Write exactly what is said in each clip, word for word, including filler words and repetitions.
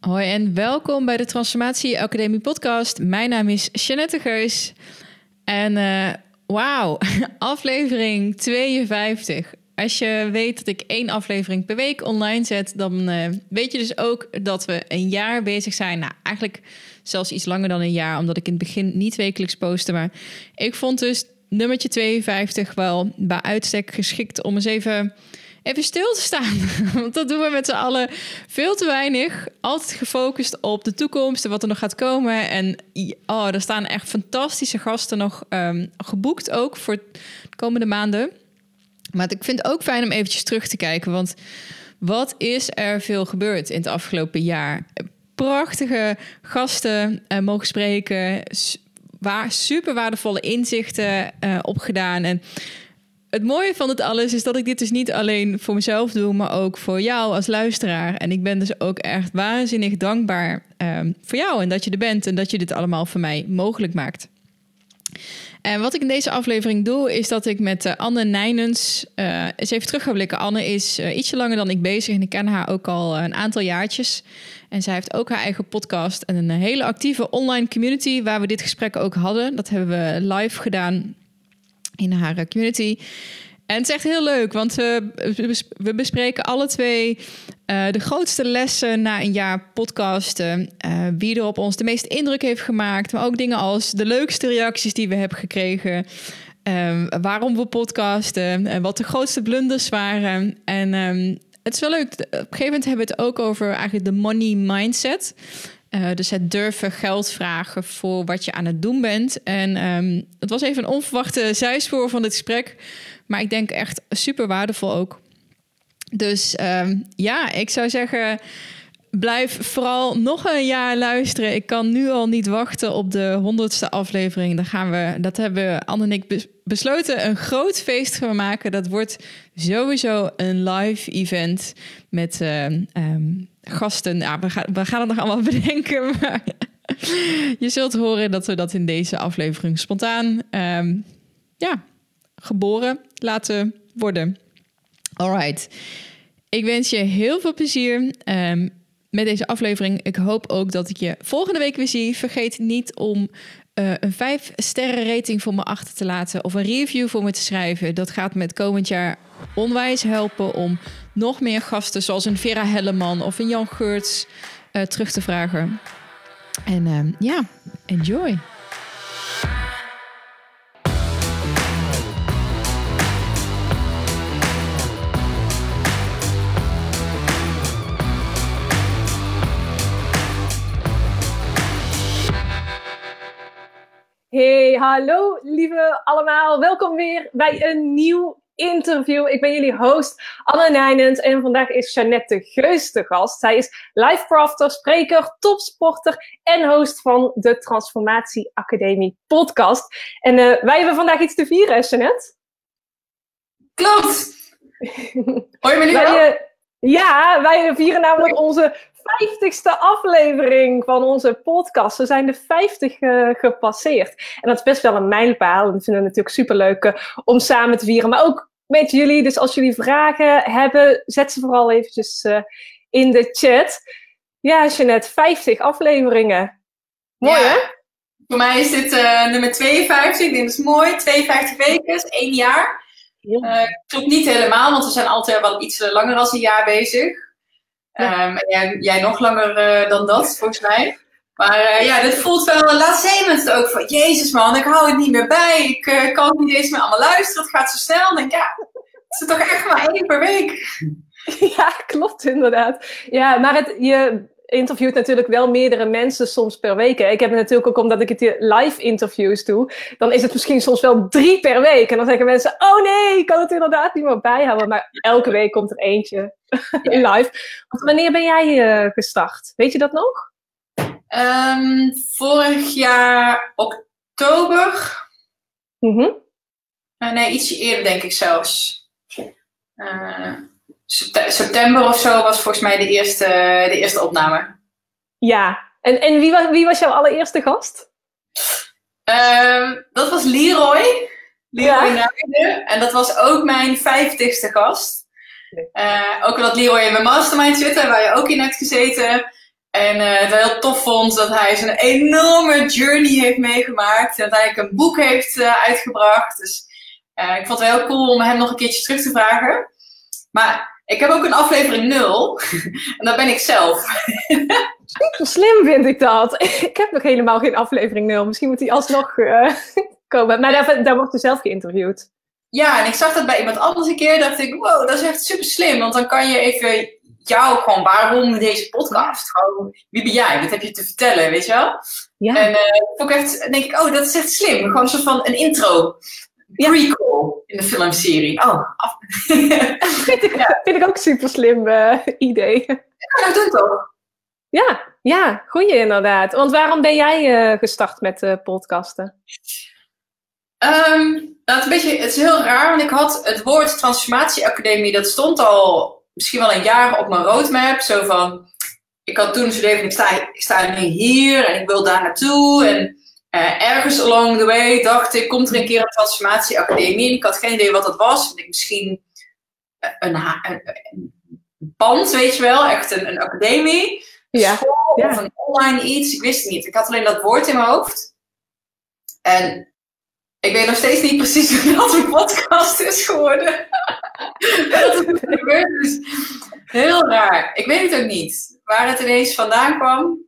Hoi en welkom bij de Transformatie Academie podcast. Mijn naam is Jeanette Geus. En uh, wauw, aflevering tweeënvijftig. Als je weet dat ik één aflevering per week online zet, dan uh, weet je dus ook dat we een jaar bezig zijn. Nou, eigenlijk zelfs iets langer dan een jaar, omdat ik in het begin niet wekelijks postte. Maar ik vond dus nummertje tweeënvijftig wel bij uitstek geschikt om eens even... Even stil te staan, want dat doen we met z'n allen veel te weinig. Altijd gefocust op de toekomst en wat er nog gaat komen. En oh, er staan echt fantastische gasten nog um, geboekt ook voor de komende maanden. Maar ik vind het ook fijn om eventjes terug te kijken. Want wat is er veel gebeurd in het afgelopen jaar? Prachtige gasten uh, mogen spreken. Waar, super waardevolle inzichten uh, opgedaan. En het mooie van het alles is dat ik dit dus niet alleen voor mezelf doe, maar ook voor jou als luisteraar. En ik ben dus ook echt waanzinnig dankbaar um, voor jou en dat je er bent en dat je dit allemaal voor mij mogelijk maakt. En wat ik in deze aflevering doe, is dat ik met uh, Anne Nijnens uh, eens even terug ga blikken. Anne is uh, ietsje langer dan ik bezig en ik ken haar ook al uh, een aantal jaartjes. En zij heeft ook haar eigen podcast en een hele actieve online community waar we dit gesprek ook hadden. Dat hebben we live gedaan in haar community. En het is echt heel leuk, want we, we bespreken alle twee uh, de grootste lessen na een jaar podcasten. Uh, wie er op ons de meeste indruk heeft gemaakt. Maar ook dingen als de leukste reacties die we hebben gekregen. Uh, waarom we podcasten. En wat de grootste blunders waren. En um, het is wel leuk. Op een gegeven moment hebben we het ook over eigenlijk de money mindset. Uh, dus het durven geld vragen voor wat je aan het doen bent. En um, het was even een onverwachte zijspoor van dit gesprek. Maar ik denk echt super waardevol ook. Dus um, ja, ik zou zeggen, blijf vooral nog een jaar luisteren. Ik kan nu al niet wachten op de honderdste aflevering. Dan gaan we, dat hebben Anne en ik besloten, een groot feest gaan maken. Dat wordt sowieso een live event met uh, um, gasten. Ja, we, gaan, we gaan het nog allemaal bedenken, maar je zult horen dat we dat in deze aflevering spontaan um, ja, geboren laten worden. Alright. Ik wens je heel veel plezier um, met deze aflevering. Ik hoop ook dat ik je volgende week weer zie. Vergeet niet om uh, een vijf sterren rating voor me achter te laten of een review voor me te schrijven. Dat gaat me het komend jaar onwijs helpen om nog meer gasten zoals een Vera Helleman of een Jan Geurts uh, terug te vragen. En uh, ja, enjoy. Hey, hallo lieve allemaal. Welkom weer bij een nieuw interview. Ik ben jullie host Anne Nijnens en vandaag is Jeanette Geus de gast. Zij is life crafter, spreker, topsporter en host van de Transformatie Academie podcast. En uh, wij hebben vandaag iets te vieren, hè, Jeanette? Klopt! Hoor je me nu wij, wel? uh, ja, wij vieren namelijk onze vijftigste aflevering van onze podcast. We zijn de vijftig uh, gepasseerd. En dat is best wel een mijlpaal. En dat vinden we natuurlijk superleuk uh, om samen te vieren. Maar ook met jullie. Dus als jullie vragen hebben, zet ze vooral eventjes uh, in de chat. Ja, Jeanette, vijftig afleveringen. Mooi, ja, hè? Voor mij is dit uh, nummer tweeënvijftig. Ik denk dat is mooi. tweeënvijftig weken, is één jaar. Uh, klopt niet helemaal, want we zijn altijd wel iets langer dan een jaar bezig. Ja. Um, jij, jij nog langer uh, dan dat, volgens mij. Maar uh, ja, dit voelt wel... Uh, laatst zei mensen ook van... Jezus man, ik hou het niet meer bij. Ik uh, kan het niet eens meer allemaal luisteren. Het gaat zo snel. En denk ja, het is toch echt maar één per week. Ja, klopt inderdaad. Ja, maar het, je interviewt natuurlijk wel meerdere mensen soms per week. Hè. Ik heb het natuurlijk ook omdat ik het live interviews doe. Dan is het misschien soms wel drie per week. En dan zeggen mensen... Oh nee, ik kan het inderdaad niet meer bijhouden. Maar elke week komt er eentje live. Want wanneer ben jij uh, gestart? Weet je dat nog? Um, vorig jaar oktober. Mm-hmm. Uh, nee, ietsje eerder denk ik zelfs. Uh, september of zo was volgens mij de eerste, de eerste opname. Ja, en, en wie, was, wie was jouw allereerste gast? Uh, dat was Leroy. Leroy Ja. Nijden. En dat was ook mijn vijftigste gast. Uh, ook omdat Leroy in mijn mastermind zit, waar je ook in hebt gezeten. En uh, het wel heel tof vond dat hij zo'n enorme journey heeft meegemaakt. En uiteindelijk een boek heeft uh, uitgebracht. Dus uh, ik vond het wel heel cool om hem nog een keertje terug te vragen. Maar ik heb ook een aflevering nul. En dat ben ik zelf. Super slim vind ik dat. Ik heb nog helemaal geen aflevering nul. Misschien moet hij alsnog uh, komen. Maar daar, daar wordt hij zelf geïnterviewd. Ja, en ik zag dat bij iemand anders een keer. Dacht ik, wow, dat is echt super slim. Want dan kan je even jou gewoon, waarom deze podcast? Gewoon, wie ben jij? Wat heb je te vertellen, weet je wel? Ja. En uh, ook echt, denk ik, oh, dat is echt slim. Gewoon een soort van een intro. Prequel in de filmserie. Oh, af. vind, ik, ja. vind ik ook een super slim uh, idee. Ja, dat doet toch? Ja, ja, goeie inderdaad. Want waarom ben jij uh, gestart met uh, podcasten? Um, nou, het, een beetje, het is heel raar, want ik had het woord transformatieacademie, dat stond al misschien wel een jaar op mijn roadmap. Zo van, ik had toen zo'n leven, ik sta, ik sta nu hier en ik wil daar naartoe. En uh, ergens along the way dacht ik, komt er een keer een transformatieacademie. En ik had geen idee wat dat was. Ik misschien een, een, een pand, weet je wel, echt een, een academie. Ja. School, ja. Of een online iets, ik wist het niet. Ik had alleen dat woord in mijn hoofd. En ik weet nog steeds niet precies hoe dat een podcast is geworden. Dat is gebeurd, dus heel raar. Ik weet het ook niet. Waar het ineens vandaan kwam.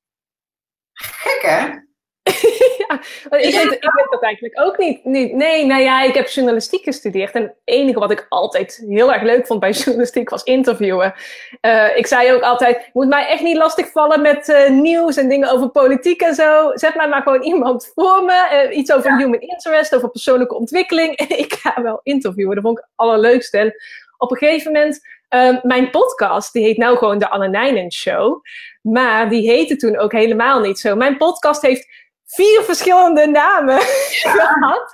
Gek, hè? Ja, ik, ja. Weet, ik weet dat eigenlijk ook niet, niet. Nee, nou ja, ik heb journalistiek gestudeerd. En het enige wat ik altijd heel erg leuk vond bij journalistiek was interviewen. Uh, ik zei ook altijd, je moet mij echt niet lastigvallen met uh, nieuws en dingen over politiek en zo. Zet mij maar gewoon iemand voor me. Uh, iets over ja. human interest, over persoonlijke ontwikkeling. En ik ga wel interviewen. Dat vond ik het allerleukste. En op een gegeven moment, uh, mijn podcast, die heet nou gewoon de Anne Nijnen Show. Maar die heette toen ook helemaal niet zo. Mijn podcast heeft vier verschillende namen ja. gehad.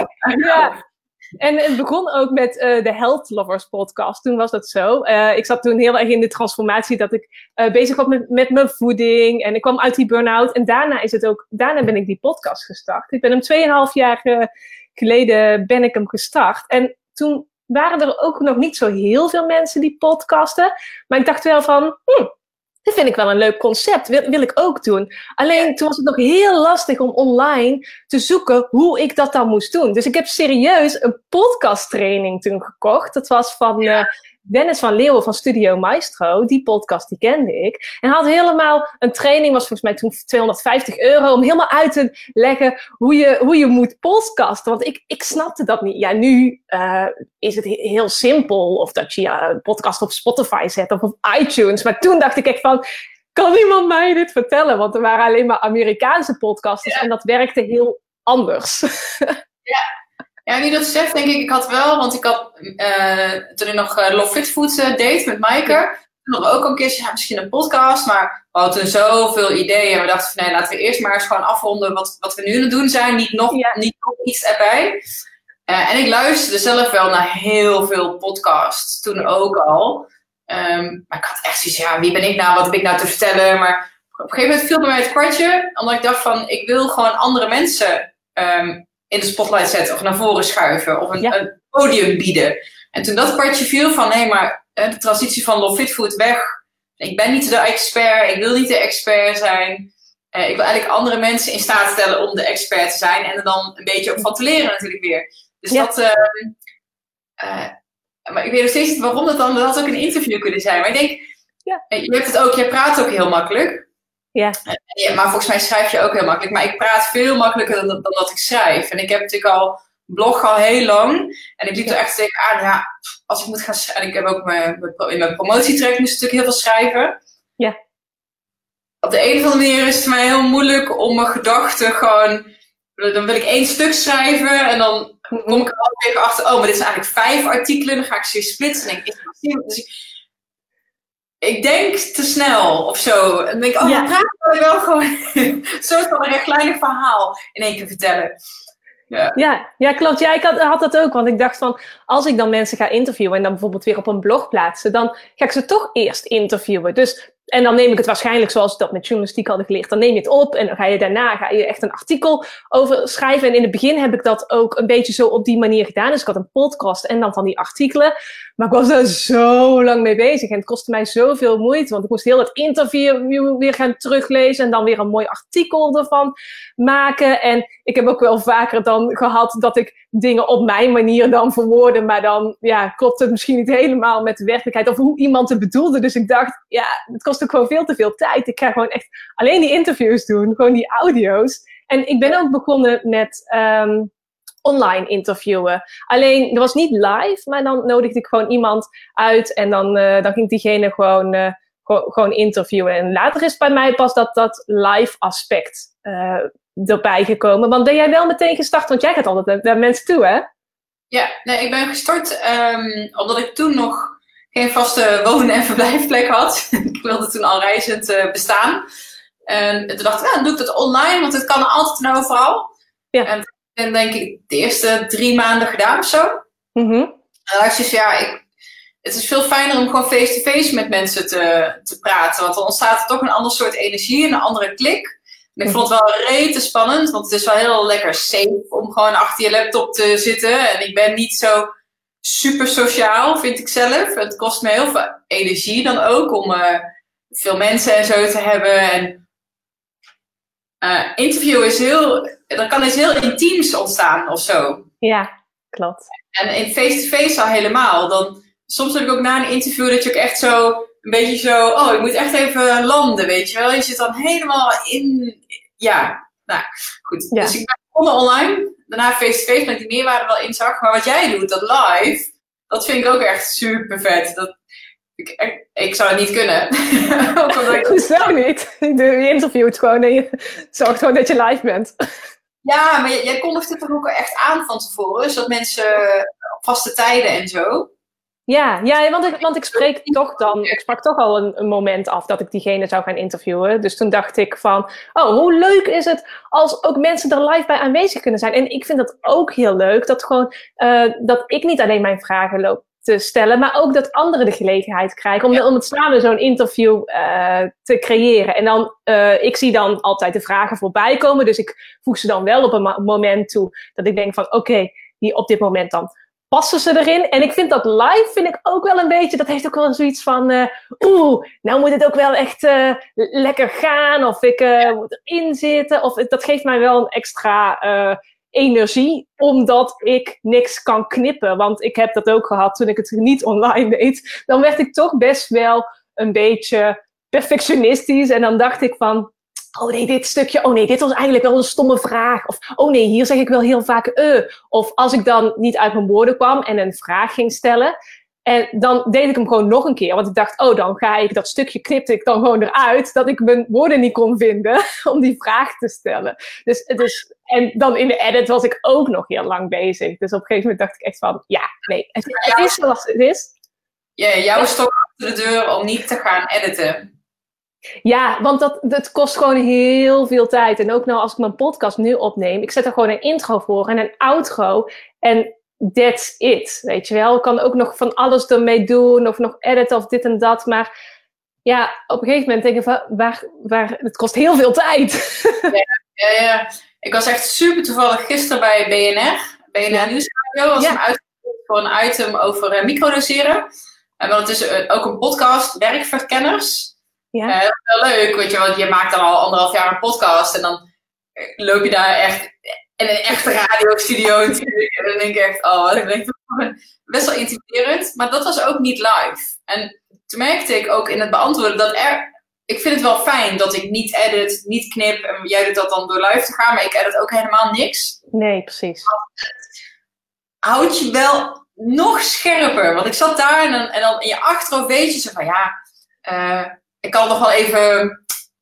Ja. En het begon ook met uh, de Health Lovers podcast. Toen was dat zo. Uh, ik zat toen heel erg in de transformatie dat ik uh, bezig was met, met mijn voeding. En ik kwam uit die burn-out. En daarna is het ook, daarna ben ik die podcast gestart. Ik ben hem tweeënhalf jaar uh, geleden ben ik hem gestart. En toen waren er ook nog niet zo heel veel mensen die podcasten. Maar ik dacht wel van, hm, dit vind ik wel een leuk concept, wil, wil ik ook doen. Alleen toen was het nog heel lastig om online te zoeken hoe ik dat dan moest doen. Dus ik heb serieus een podcasttraining toen gekocht. Dat was van uh, Dennis van Leeuwen van Studio Maestro. Die podcast die kende ik. En had helemaal een training, was volgens mij toen tweehonderdvijftig euro... om helemaal uit te leggen hoe je, hoe je moet podcasten. Want ik, ik snapte dat niet. Ja, nu uh, is het he- heel simpel. Of dat je ja, een podcast op Spotify zet of op iTunes. Maar toen dacht ik echt van, kan iemand mij dit vertellen? Want er waren alleen maar Amerikaanse podcasters. Ja. En dat werkte heel anders. Ja. Ja, nu dat zegt, denk ik, ik had wel, want ik had, uh, toen ik nog uh, Love Fit Food uh, deed met Maaike, toen hadden we ook een keer, ja, misschien een podcast, maar we hadden toen zoveel ideeën en we dachten van, nee, laten we eerst maar eens gewoon afronden wat, wat we nu aan het doen zijn, niet nog, ja. niet nog iets erbij. Uh, en ik luisterde zelf wel naar heel veel podcasts, toen ook al. Um, maar ik had echt zoiets, ja, wie ben ik nou, wat heb ik nou te vertellen, maar op een gegeven moment viel bij mij het kwartje, omdat ik dacht van, ik wil gewoon andere mensen um, in de spotlight zetten of naar voren schuiven of een, ja. een podium bieden. En toen dat kwartje viel van, hé, maar de transitie van Love Fit Food weg. Ik ben niet de expert, ik wil niet de expert zijn. Uh, ik wil eigenlijk andere mensen in staat stellen om de expert te zijn en er dan een beetje op van te leren natuurlijk weer. Dus ja. dat... Uh, uh, maar ik weet nog steeds niet waarom dat dan, dat had ook een interview kunnen zijn. Maar ik denk, ja. je hebt het ook, je praat ook heel makkelijk. Ja. Ja, maar volgens mij schrijf je ook heel makkelijk. Maar ik praat veel makkelijker dan, dan dat ik schrijf. En ik heb natuurlijk al blog al heel lang. En ik liep er echt tegen aan, ja, als ik moet gaan schrijven. En ik heb ook mijn, in mijn promotietrek moest ik natuurlijk heel veel schrijven. Ja. Op de een of andere manier is het voor mij heel moeilijk om mijn gedachten gewoon... Dan wil ik één stuk schrijven en dan kom ik er altijd tegen achter, oh, maar dit zijn eigenlijk vijf artikelen. Dan ga ik ze splitsen en denk ik, dus ik, ik denk te snel of zo. En dan denk ik, oh, ja. dan praat ik wel gewoon zo van een rechtlijnig verhaal in één keer vertellen. Ja, ja, ja klopt. Ja, ik had, had dat ook. Want ik dacht van, als ik dan mensen ga interviewen en dan bijvoorbeeld weer op een blog plaatsen, dan ga ik ze toch eerst interviewen. Dus En dan neem ik het waarschijnlijk zoals ik dat met journalistiek had geleerd. Dan neem je het op en dan ga je daarna ga je echt een artikel over schrijven. En in het begin heb ik dat ook een beetje zo op die manier gedaan. Dus ik had een podcast en dan van die artikelen. Maar ik was er zo lang mee bezig. En het kostte mij zoveel moeite. Want ik moest heel het interview weer gaan teruglezen. En dan weer een mooi artikel ervan maken. En ik heb ook wel vaker dan gehad dat ik dingen op mijn manier dan verwoordde. Maar dan ja, klopt het misschien niet helemaal met de werkelijkheid. Of hoe iemand het bedoelde. Dus ik dacht, ja, het kost ook gewoon veel te veel tijd. Ik ga gewoon echt alleen die interviews doen. Gewoon die audio's. En ik ben ook begonnen met um, online interviewen. Alleen, dat was niet live. Maar dan nodigde ik gewoon iemand uit. En dan, uh, dan ging diegene gewoon, uh, go- gewoon interviewen. En later is bij mij pas dat, dat live aspect uh, erbij gekomen. Want ben jij wel meteen gestart? Want jij gaat altijd naar, naar mensen toe, hè? Ja, nee, ik ben gestart um, omdat ik toen nog geen vaste wonen- en verblijfplek had. Ik wilde toen al reizend uh, bestaan. En toen dacht ik, ja, dan doe ik dat online, want het kan altijd en overal. Ja. En dan denk ik de eerste drie maanden gedaan of zo. Mm-hmm. En dan dacht je, ja, ik, het is veel fijner om gewoon face-to-face met mensen te, te praten. Want dan ontstaat er toch een ander soort energie, een andere klik. En ik vond het wel rete spannend, want het is wel heel lekker safe om gewoon achter je laptop te zitten. En ik ben niet zo super sociaal, vind ik zelf. Het kost me heel veel energie dan ook om uh, veel mensen en zo te hebben. En uh, interview is heel, er kan iets heel intiems ontstaan of zo. Ja, klopt. En in face-to-face al helemaal. Dan, soms heb ik ook na een interview dat je ook echt zo, een beetje zo, oh, ik moet echt even landen, weet je wel. Je zit dan helemaal in, ja, nou, goed. Ja. Dus ik ben begonnen online, daarna face-to-face, met die meerwaarde wel inzag. Maar wat jij doet, dat live, dat vind ik ook echt super vet. Dat, ik, ik, ik zou het niet kunnen. Hoezo niet? Je interviewt gewoon en je zorgt gewoon dat je live bent. Ja, maar jij, jij kondigt het toch ook echt aan van tevoren, zodat mensen op vaste tijden en zo. Ja, ja want, ik, want ik spreek toch dan, ik sprak toch al een, een moment af dat ik diegene zou gaan interviewen. Dus toen dacht ik van, oh, hoe leuk is het als ook mensen er live bij aanwezig kunnen zijn. En ik vind dat ook heel leuk, dat gewoon, uh, dat ik niet alleen mijn vragen loop te stellen, maar ook dat anderen de gelegenheid krijgen om, ja. om het samen zo'n interview uh, te creëren. En dan, uh, ik zie dan altijd de vragen voorbij komen, dus ik voeg ze dan wel op een ma- moment toe dat ik denk van, oké, okay, die op dit moment dan passen ze erin. En ik vind dat live, vind ik ook wel een beetje, dat heeft ook wel zoiets van, uh, oeh, nou moet het ook wel echt uh, lekker gaan, of ik uh, moet erin zitten, of dat geeft mij wel een extra uh, energie, omdat ik niks kan knippen. Want ik heb dat ook gehad toen ik het niet online deed. Dan werd ik toch best wel een beetje perfectionistisch. En dan dacht ik van, oh nee, dit stukje, oh nee, dit was eigenlijk wel een stomme vraag. Of, oh nee, hier zeg ik wel heel vaak eh. Of als ik dan niet uit mijn woorden kwam en een vraag ging stellen. En dan deed ik hem gewoon nog een keer. Want ik dacht, oh, dan ga ik dat stukje knipte ik dan gewoon eruit. Dat ik mijn woorden niet kon vinden om die vraag te stellen. Dus het is, en dan in de edit was ik ook nog heel lang bezig. Dus op een gegeven moment dacht ik echt van, ja, nee, het, het is zoals het is. Ja, jouw stok achter de deur om niet te gaan editen. Ja, want dat, dat kost gewoon heel veel tijd. En ook nou als ik mijn podcast nu opneem, ik zet er gewoon een intro voor en een outro. En that's it, weet je wel. Ik kan ook nog van alles ermee doen of nog editen of dit en dat. Maar ja, op een gegeven moment denk ik van, waar, waar, het kost heel veel tijd. Ja, ja, ja. Ik was echt super toevallig gisteren bij B N R. B N R ja. Nieuwsradio was ja. hem uitgevoerd voor een item over uh, microdoseren. En want het is uh, ook een podcast, werkverkenners. Ja. Uh, dat is wel leuk, weet je, want je maakt dan al anderhalf jaar een podcast en dan loop je daar echt in een echte radiostudio natuurlijk. En dan denk ik echt, oh, dat klinkt best wel intimiderend. Maar dat was ook niet live. En toen merkte ik ook in het beantwoorden dat er, ik vind het wel fijn dat ik niet edit, niet knip. En jij doet dat dan door live te gaan, maar ik edit ook helemaal niks. Nee, precies. Houd je wel nog scherper. Want ik zat daar en dan, en dan in je achterhoofd weet je zo van, ja, uh, ik kan nog wel even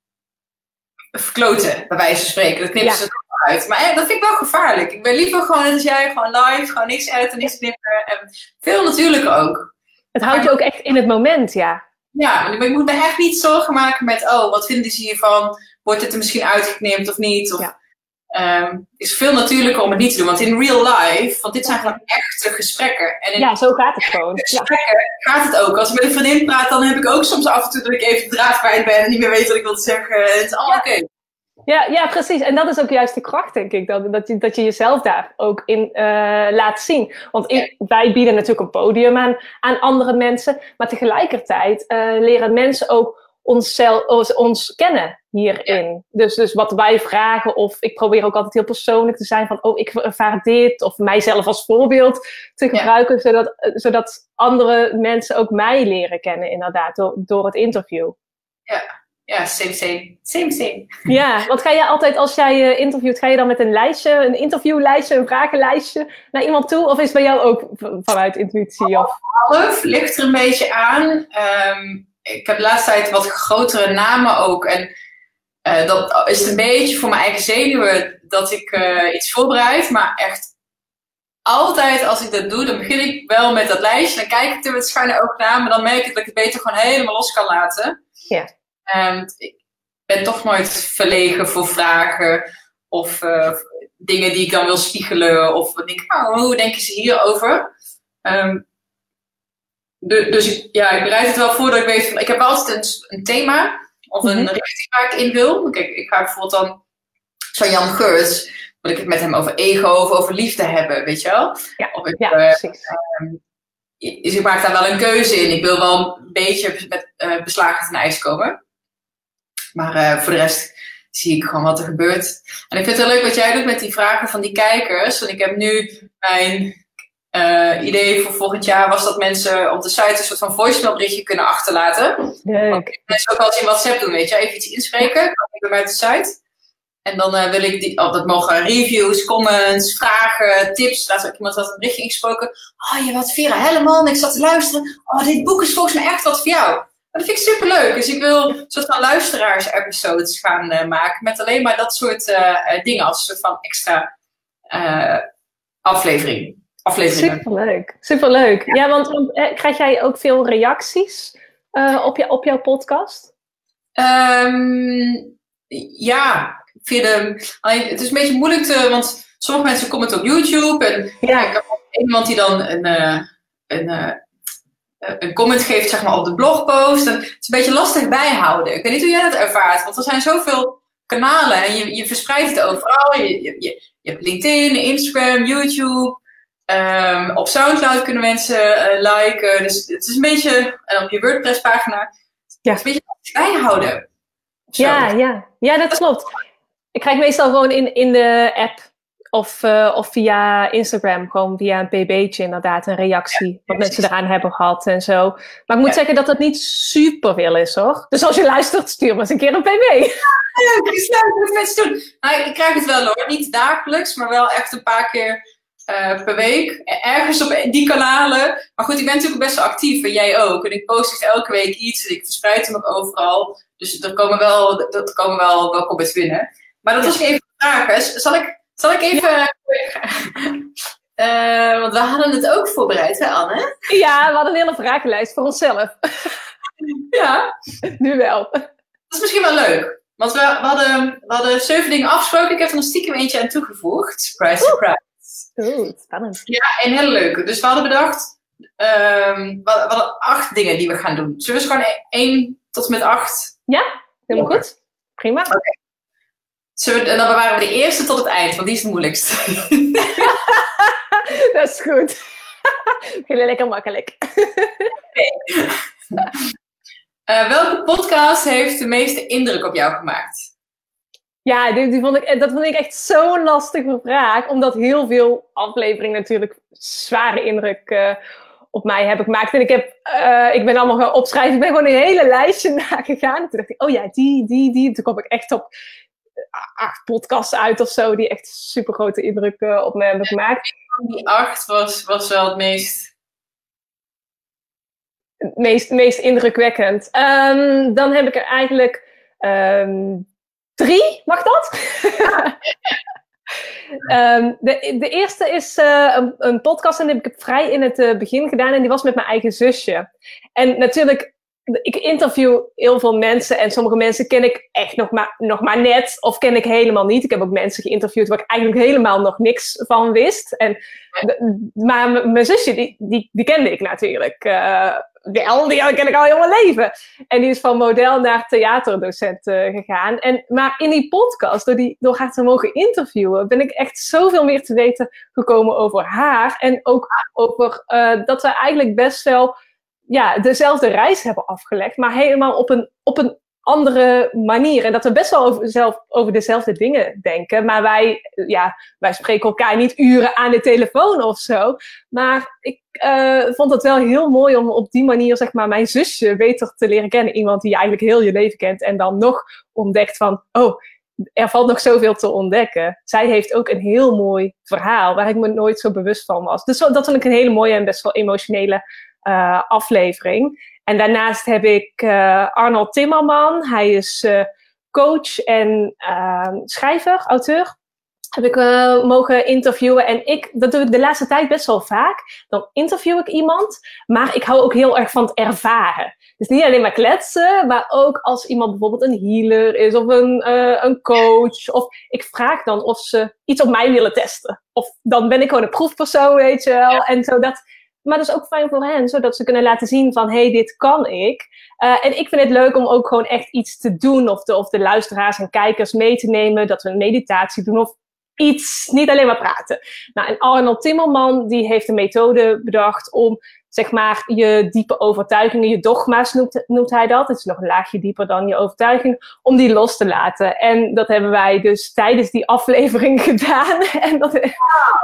verkloten, bij wijze van spreken. Dat knippen ja. ze er uit. Maar eh, dat vind ik wel gevaarlijk. Ik ben liever gewoon net als jij, gewoon live, gewoon niks editen, niks knippen. En veel natuurlijk ook. Het houdt je ook echt in het moment, ja. Ja, maar ik moet me echt niet zorgen maken met, oh, wat vinden ze hiervan? Wordt het er misschien uitgeknipt of niet? Of, ja. Um, is veel natuurlijker om het niet te doen. Want in real life, want dit zijn gewoon echte gesprekken. En in ja, zo gaat het gewoon. gesprekken ja. gaat het ook. Als ik met een vriendin praat, dan heb ik ook soms af en toe dat ik even de draad kwijt ben en niet meer weet wat ik wil zeggen. Het is allemaal ja. oké. Okay. Ja, ja, precies. En dat is ook juist de kracht, denk ik. Dat, dat, je, dat je jezelf daar ook in uh, laat zien. Want in, wij bieden natuurlijk een podium aan, aan andere mensen. Maar tegelijkertijd uh, leren mensen ook onszelf, ons, ons kennen hierin. Ja. Dus, dus wat wij vragen, of ik probeer ook altijd heel persoonlijk te zijn. Van, oh, ik ervaar dit. Of mijzelf als voorbeeld te gebruiken. Ja. Zodat, zodat andere mensen ook mij leren kennen, inderdaad. Door, door het interview. Ja. Ja, same, same. Same, same. Ja, want ga je altijd, als jij uh, interviewt, ga je dan met een lijstje, een interviewlijstje, een vragenlijstje naar iemand toe? Of is het bij jou ook vanuit intuïtie? Of? Half, ligt er een beetje aan. Um, ik heb de laatste tijd wat grotere namen ook. En uh, dat is een beetje voor mijn eigen zenuwen dat ik uh, iets voorbereid. Maar echt altijd als ik dat doe, dan begin ik wel met dat lijstje. Dan kijk ik er met schuine ogen naar, maar dan merk ik dat ik het beter gewoon helemaal los kan laten. Ja. Um, ik ben toch nooit verlegen voor vragen of uh, dingen die ik dan wil spiegelen. Of denk ik, oh, hoe denken ze hierover? Um, de, dus ik, ja, ik bereid het wel voor dat ik weet van, ik heb altijd een, een thema of een mm-hmm. richting waar ik in wil. Kijk, ik ga bijvoorbeeld dan zo'n Jan Geurts, wil ik het met hem over ego of over liefde hebben, weet je wel? Ja, of ik, ja uh, precies. Um, dus ik maak daar wel een keuze in. Ik wil wel een beetje met uh, beslagen ten ijs komen. Maar uh, voor de rest zie ik gewoon wat er gebeurt. En ik vind het heel leuk wat jij doet met die vragen van die kijkers. Want ik heb nu mijn uh, idee voor volgend jaar was dat mensen op de site een soort van voicemailberichtje kunnen achterlaten. Leuk. Mensen ook als in WhatsApp doen, weet je. Even iets inspreken, kan ik bij mij op de site. En dan uh, wil ik die, oh, dat mogen reviews, comments, vragen, tips. Laatst ook iemand had een berichtje ingesproken. Oh, je wat Vera Helleman, ik zat te luisteren. Oh, dit boek is volgens mij echt wat voor jou. Dat vind ik superleuk. Dus ik wil een soort van luisteraars-episodes gaan uh, maken. Met alleen maar dat soort uh, dingen als een soort van extra uh, aflevering. afleveringen. Superleuk. Superleuk. Ja, ja want, want eh, krijg jij ook veel reacties uh, op, je, op jouw podcast? Um, ja, via de, alleen, het is een beetje moeilijk te... Want sommige mensen commenten op YouTube. En ja. Ik heb iemand die dan een... Uh, een uh, een comment geeft, zeg maar, op de blogpost. En het is een beetje lastig bijhouden. Ik weet niet hoe jij dat ervaart, want er zijn zoveel kanalen en je, je verspreidt het overal. Je, je, je hebt LinkedIn, Instagram, YouTube. Um, op Soundcloud kunnen mensen uh, liken. Dus het is een beetje, en op je WordPress pagina, ja. Het is een beetje lastig bijhouden. Ja, ja, ja, dat klopt. Ik krijg meestal gewoon in, in de app Of, uh, of via Instagram, gewoon via een pb'tje inderdaad, een reactie. Ja, wat mensen eraan hebben gehad en zo. Maar ik moet ja. zeggen dat dat niet superveel is, hoor. Dus als je luistert, stuur maar eens een keer een pb. Ja, het is leuk om mensen te doen. Nou, ik krijg het wel, hoor. Niet dagelijks, maar wel echt een paar keer uh, per week. Ergens op die kanalen. Maar goed, ik ben natuurlijk best wel actief. En jij ook. En ik post echt elke week iets. En ik verspreid hem ook overal. Dus er komen wel, er komen wel, wel comments binnen. Maar dat was ja. even vragen. Zal ik... Zal ik even... Ja. Uh, want we hadden het ook voorbereid, hè Anne? Ja, we hadden een hele vragenlijst voor onszelf. Ja. Nu wel. Dat is misschien wel leuk. Want we, we, hadden, we hadden zeven dingen afgesproken. Ik heb er een stiekem eentje aan toegevoegd. Surprise, surprise. Oeh, spannend. Ja, een hele leuke. Dus we hadden bedacht... Um, we, we hadden acht dingen die we gaan doen. Zullen we dus gewoon één tot met acht? Ja, helemaal ja. goed. Prima. Oké. Okay. We, en dan bewaren we de eerste tot het eind, want die is het moeilijkst. Dat is goed. Jullie lekker makkelijk. Okay. Uh, welke podcast heeft de meeste indruk op jou gemaakt? Ja, die, die vond ik, dat vond ik echt zo'n lastige vraag. Omdat heel veel afleveringen natuurlijk zware indruk uh, op mij hebben gemaakt. En ik, heb, uh, ik ben allemaal gaan opschrijven. Ik ben gewoon een hele lijstje nagegaan. En toen dacht ik, oh ja, die, die, die. En toen kom ik echt op... acht podcasts uit of zo, die echt super grote indruk uh, op me hebben gemaakt. Die acht was, was wel het meest... Het meest, meest indrukwekkend. Um, dan heb ik er eigenlijk um, drie, mag dat? um, de, de eerste is uh, een, een podcast en die heb ik vrij in het uh, begin gedaan en die was met mijn eigen zusje. En natuurlijk... ik interview heel veel mensen en sommige mensen ken ik echt nog maar, nog maar net of ken ik helemaal niet. Ik heb ook mensen geïnterviewd waar ik eigenlijk helemaal nog niks van wist. En, de, maar m- mijn zusje, die, die, die kende ik natuurlijk uh, wel. Die ken ik al heel mijn leven. En die is van model naar theaterdocent uh, gegaan. En, maar in die podcast, door, die, door haar te mogen interviewen, ben ik echt zoveel meer te weten gekomen over haar. En ook over uh, dat we eigenlijk best wel ja, dezelfde reis hebben afgelegd, maar helemaal op een, op een andere manier. En dat we best wel over, zelf, over dezelfde dingen denken. Maar wij, ja, wij spreken elkaar niet uren aan de telefoon of zo. Maar ik uh, vond het wel heel mooi om op die manier, zeg maar, mijn zusje beter te leren kennen. Iemand die je eigenlijk heel je leven kent en dan nog ontdekt van, oh, er valt nog zoveel te ontdekken. Zij heeft ook een heel mooi verhaal waar ik me nooit zo bewust van was. Dus dat vond ik een hele mooie en best wel emotionele Uh, aflevering. En daarnaast heb ik uh, Arnold Timmerman. Hij is uh, coach en uh, schrijver, auteur. Heb ik uh, mogen interviewen. En ik, dat doe ik de laatste tijd best wel vaak. Dan interview ik iemand. Maar ik hou ook heel erg van het ervaren. Dus niet alleen maar kletsen. Maar ook als iemand bijvoorbeeld een healer is. Of een, uh, een coach. Of ik vraag dan of ze iets op mij willen testen. Of dan ben ik gewoon een proefpersoon, weet je wel. Ja. En zodat... Maar dat is ook fijn voor hen, zodat ze kunnen laten zien van, hé, hey, dit kan ik. Uh, en ik vind het leuk om ook gewoon echt iets te doen, of de, of de luisteraars en kijkers mee te nemen, dat we een meditatie doen, of iets, niet alleen maar praten. Nou, en Arnold Timmerman, die heeft een methode bedacht om, zeg maar, je diepe overtuigingen, je dogma's noemt, noemt hij dat. Het is nog een laagje dieper dan je overtuiging, om die los te laten. En dat hebben wij dus tijdens die aflevering gedaan. En dat, uh,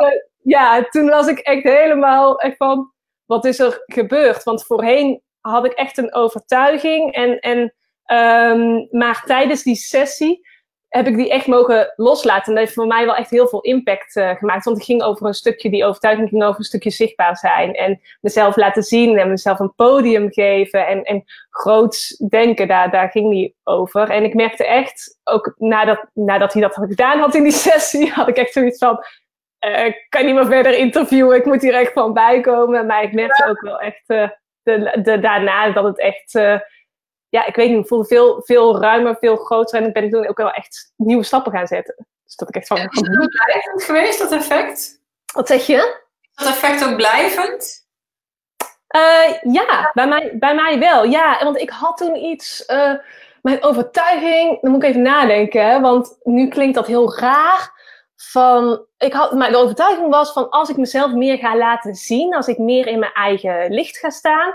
ja, toen was ik echt helemaal echt van, wat is er gebeurd? Want voorheen had ik echt een overtuiging. En, en, um, maar tijdens die sessie heb ik die echt mogen loslaten. En dat heeft voor mij wel echt heel veel impact uh, gemaakt. Want het ging over een stukje, die overtuiging ging over een stukje zichtbaar zijn. En mezelf laten zien en mezelf een podium geven. En, en groots denken, daar, daar ging die over. En ik merkte echt, ook nadat, nadat hij dat had gedaan had in die sessie, had ik echt zoiets van, Uh, ik kan niet meer verder interviewen, ik moet hier echt van bijkomen. Maar ik merkte ook wel echt uh, de, de, daarna dat het echt, uh, ja, ik weet niet, ik voelde veel, veel ruimer, veel groter. En ik ben toen ook wel echt nieuwe stappen gaan zetten. Dus dat ik echt van... Ja, is dat ook blijvend geweest, dat effect? Wat zeg je? Is dat effect ook blijvend? Uh, ja, bij mij, bij mij wel. Ja, want ik had toen iets, uh, mijn overtuiging, dan moet ik even nadenken, hè, want nu klinkt dat heel raar. Van, ik had, mijn overtuiging was van, als ik mezelf meer ga laten zien, als ik meer in mijn eigen licht ga staan,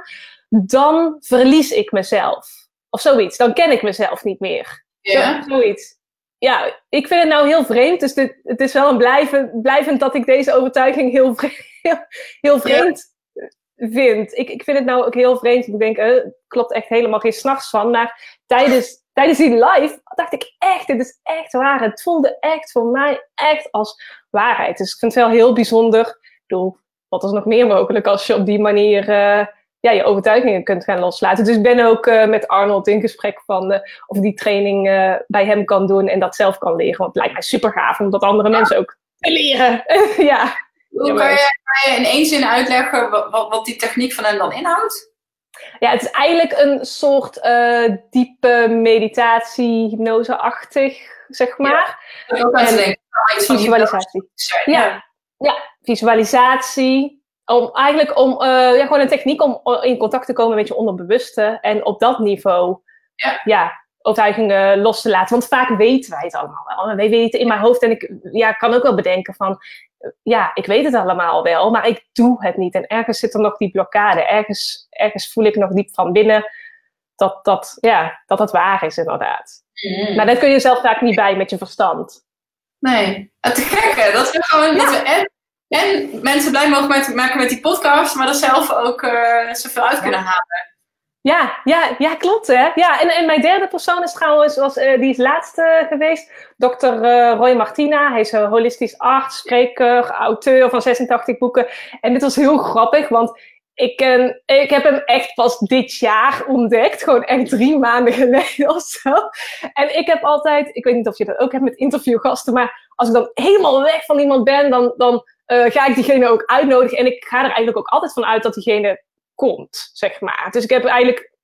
dan verlies ik mezelf. Of zoiets, dan ken ik mezelf niet meer. Ja. Zo, zoiets. Ja, ik vind het nou heel vreemd, dus dit, het is wel een blijvend, blijvend dat ik deze overtuiging heel, heel, heel vreemd ja. vind. Ik, ik vind het nou ook heel vreemd, ik denk, uh, klopt echt helemaal geen 's nachts van, maar tijdens... Tijdens die live dacht ik echt, dit is echt waar. Het voelde echt voor mij echt als waarheid. Dus ik vind het wel heel bijzonder. Ik bedoel, wat is nog meer mogelijk als je op die manier uh, ja, je overtuigingen kunt gaan loslaten. Dus ik ben ook uh, met Arnold in gesprek van uh, of die training uh, bij hem kan doen en dat zelf kan leren. Want het lijkt mij super gaaf om dat andere ja. mensen ook te leren. ja. Hoe kan je, kan je in één zin uitleggen wat, wat, wat die techniek van hem dan inhoudt? Ja, het is eigenlijk een soort uh, diepe meditatie, hypnose-achtig, zeg maar. Ja, ook aan te denken. Visualisatie. Ja. Ja. ja, visualisatie. Om, eigenlijk om, uh, ja, gewoon een techniek om in contact te komen met je onderbewuste. En op dat niveau, ja, ja overtuigingen los te laten. Want vaak weten wij het allemaal wel. Wij weten in mijn hoofd, en ik ja, kan ook wel bedenken van, ja, ik weet het allemaal wel, maar ik doe het niet. En ergens zit er nog die blokkade. Ergens, ergens voel ik nog diep van binnen dat dat, ja, dat het waar is, inderdaad. Mm. Maar daar kun je zelf vaak niet bij met je verstand. Nee, het gekke. Dat we gewoon, ja. dat we en, en mensen blij mogen met, maken met die podcast, maar er zelf ook uh, zoveel uit kunnen halen. Ja, ja, ja, klopt hè. Ja, en, en mijn derde persoon is trouwens, was, uh, die is laatst uh, geweest. dokter uh, Roy Martina. Hij is een holistisch arts, spreker, auteur van zesentachtig boeken. En dit was heel grappig, want ik, uh, ik heb hem echt pas dit jaar ontdekt. Gewoon echt drie maanden geleden of zo. En ik heb altijd, ik weet niet of je dat ook hebt met interviewgasten, maar als ik dan helemaal weg van iemand ben, dan, dan uh, ga ik diegene ook uitnodigen. En ik ga er eigenlijk ook altijd van uit dat diegene komt, zeg maar. Dus ik heb eigenlijk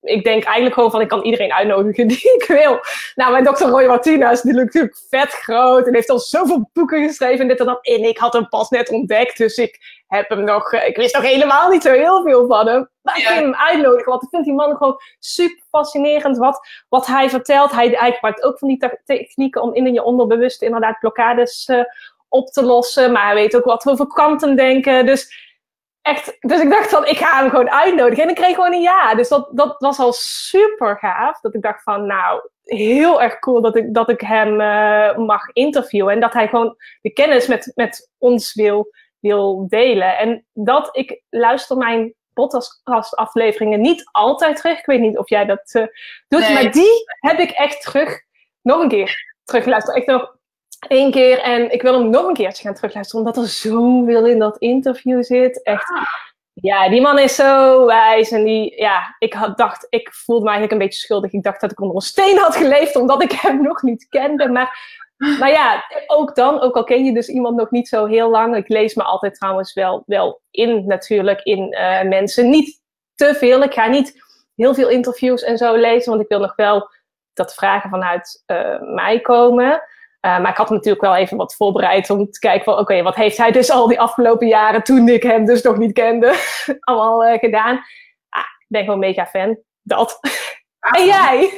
ik denk eigenlijk gewoon van, ik kan iedereen uitnodigen die ik wil. Nou, mijn dokter Roy Martina is natuurlijk vet groot en heeft al zoveel boeken geschreven en dit en dat. En ik had hem pas net ontdekt, dus ik heb hem nog, ik wist nog helemaal niet zo heel veel van hem. Maar ik ging hem uitnodigen, want ik vind die man gewoon super fascinerend wat, wat hij vertelt. Hij, hij gebruikt ook van die te- technieken om in je onderbewuste inderdaad blokkades uh, op te lossen. Maar hij weet ook wat over kwantumdenken. Dus echt, dus ik dacht van, ik ga hem gewoon uitnodigen. En ik kreeg gewoon een ja. Dus dat, dat was al super gaaf. Dat ik dacht van, nou, heel erg cool dat ik, dat ik hem uh, mag interviewen. En dat hij gewoon de kennis met, met ons wil, wil delen. En dat ik luister mijn podcastafleveringen niet altijd terug. Ik weet niet of jij dat uh, doet. Nee. Maar die heb ik echt terug, nog een keer teruggeluisterd. Echt nog één keer. En ik wil hem nog een keertje gaan terugluisteren. Omdat er zoveel in dat interview zit. Echt. Ah. Ja, die man is zo wijs. En die, ja, ik had dacht, ik voelde me eigenlijk een beetje schuldig. Ik dacht dat ik onder een steen had geleefd. Omdat ik hem nog niet kende. Maar, maar ja, ook dan, ook al ken je dus iemand nog niet zo heel lang. Ik lees me altijd trouwens wel, wel in natuurlijk in uh, mensen. Niet te veel. Ik ga niet heel veel interviews en zo lezen. Want ik wil nog wel dat vragen vanuit uh, mij komen. Uh, maar ik had natuurlijk wel even wat voorbereid om te kijken van, oké, okay, wat heeft hij dus al die afgelopen jaren, toen ik hem dus nog niet kende, allemaal uh, gedaan. Ah, ik ben gewoon mega fan. Dat. Ah, en jij?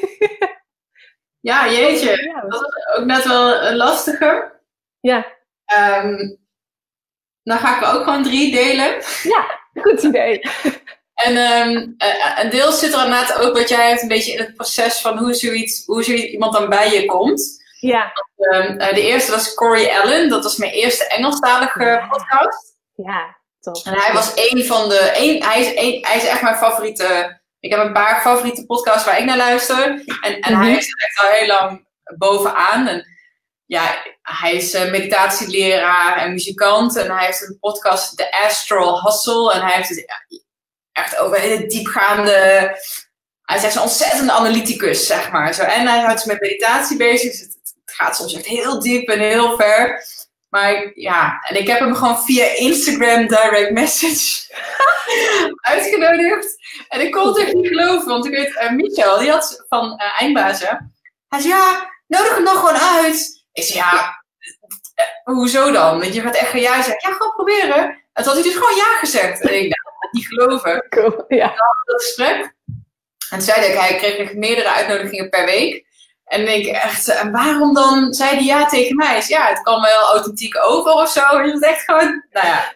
Ja, jeetje. Ja, dat is ook net wel een lastige. Ja. Um, dan ga ik er ook gewoon drie delen. Ja, goed idee. En um, uh, een deel zit er inderdaad ook wat jij hebt een beetje in het proces van hoe zoiets, hoe zoiets iemand dan bij je komt. Ja. Um, uh, de eerste was Corey Allen. Dat was mijn eerste Engelstalige ja. podcast. Ja, tof. En hij was een van de... Een, hij, is een, hij is echt mijn favoriete... Ik heb een paar favoriete podcasts waar ik naar luister. En, en mm-hmm. hij is er echt al heel lang bovenaan. En ja, hij is uh, meditatieleraar en muzikant. En hij heeft een podcast, The Astral Hustle. En hij heeft het echt over hele diepgaande... Hij is echt zo'n ontzettende analyticus, zeg maar. Zo. En hij houdt zich met meditatie bezig. Dus het gaat soms echt heel diep en heel ver. Maar ja, en ik heb hem gewoon via Instagram direct message uitgenodigd. En ik kon het echt niet geloven. Want ik weet, uh, Michel, die had van uh, Eindbazen. Hij zei, ja, nodig hem dan gewoon uit. Ik zei, ja, uh, hoezo dan? Want je gaat echt gaan ja zeggen. Ja, gewoon proberen. En toen had hij dus gewoon ja gezegd. En ik dacht, dat niet geloven. Cool, ja. En dan dat gesprek. En toen zei ik, hij kreeg meerdere uitnodigingen per week. En dan denk ik echt, en waarom dan zei hij ja tegen mij? Dus ja, het kwam wel authentiek over of zo. En het is echt gewoon, nou ja,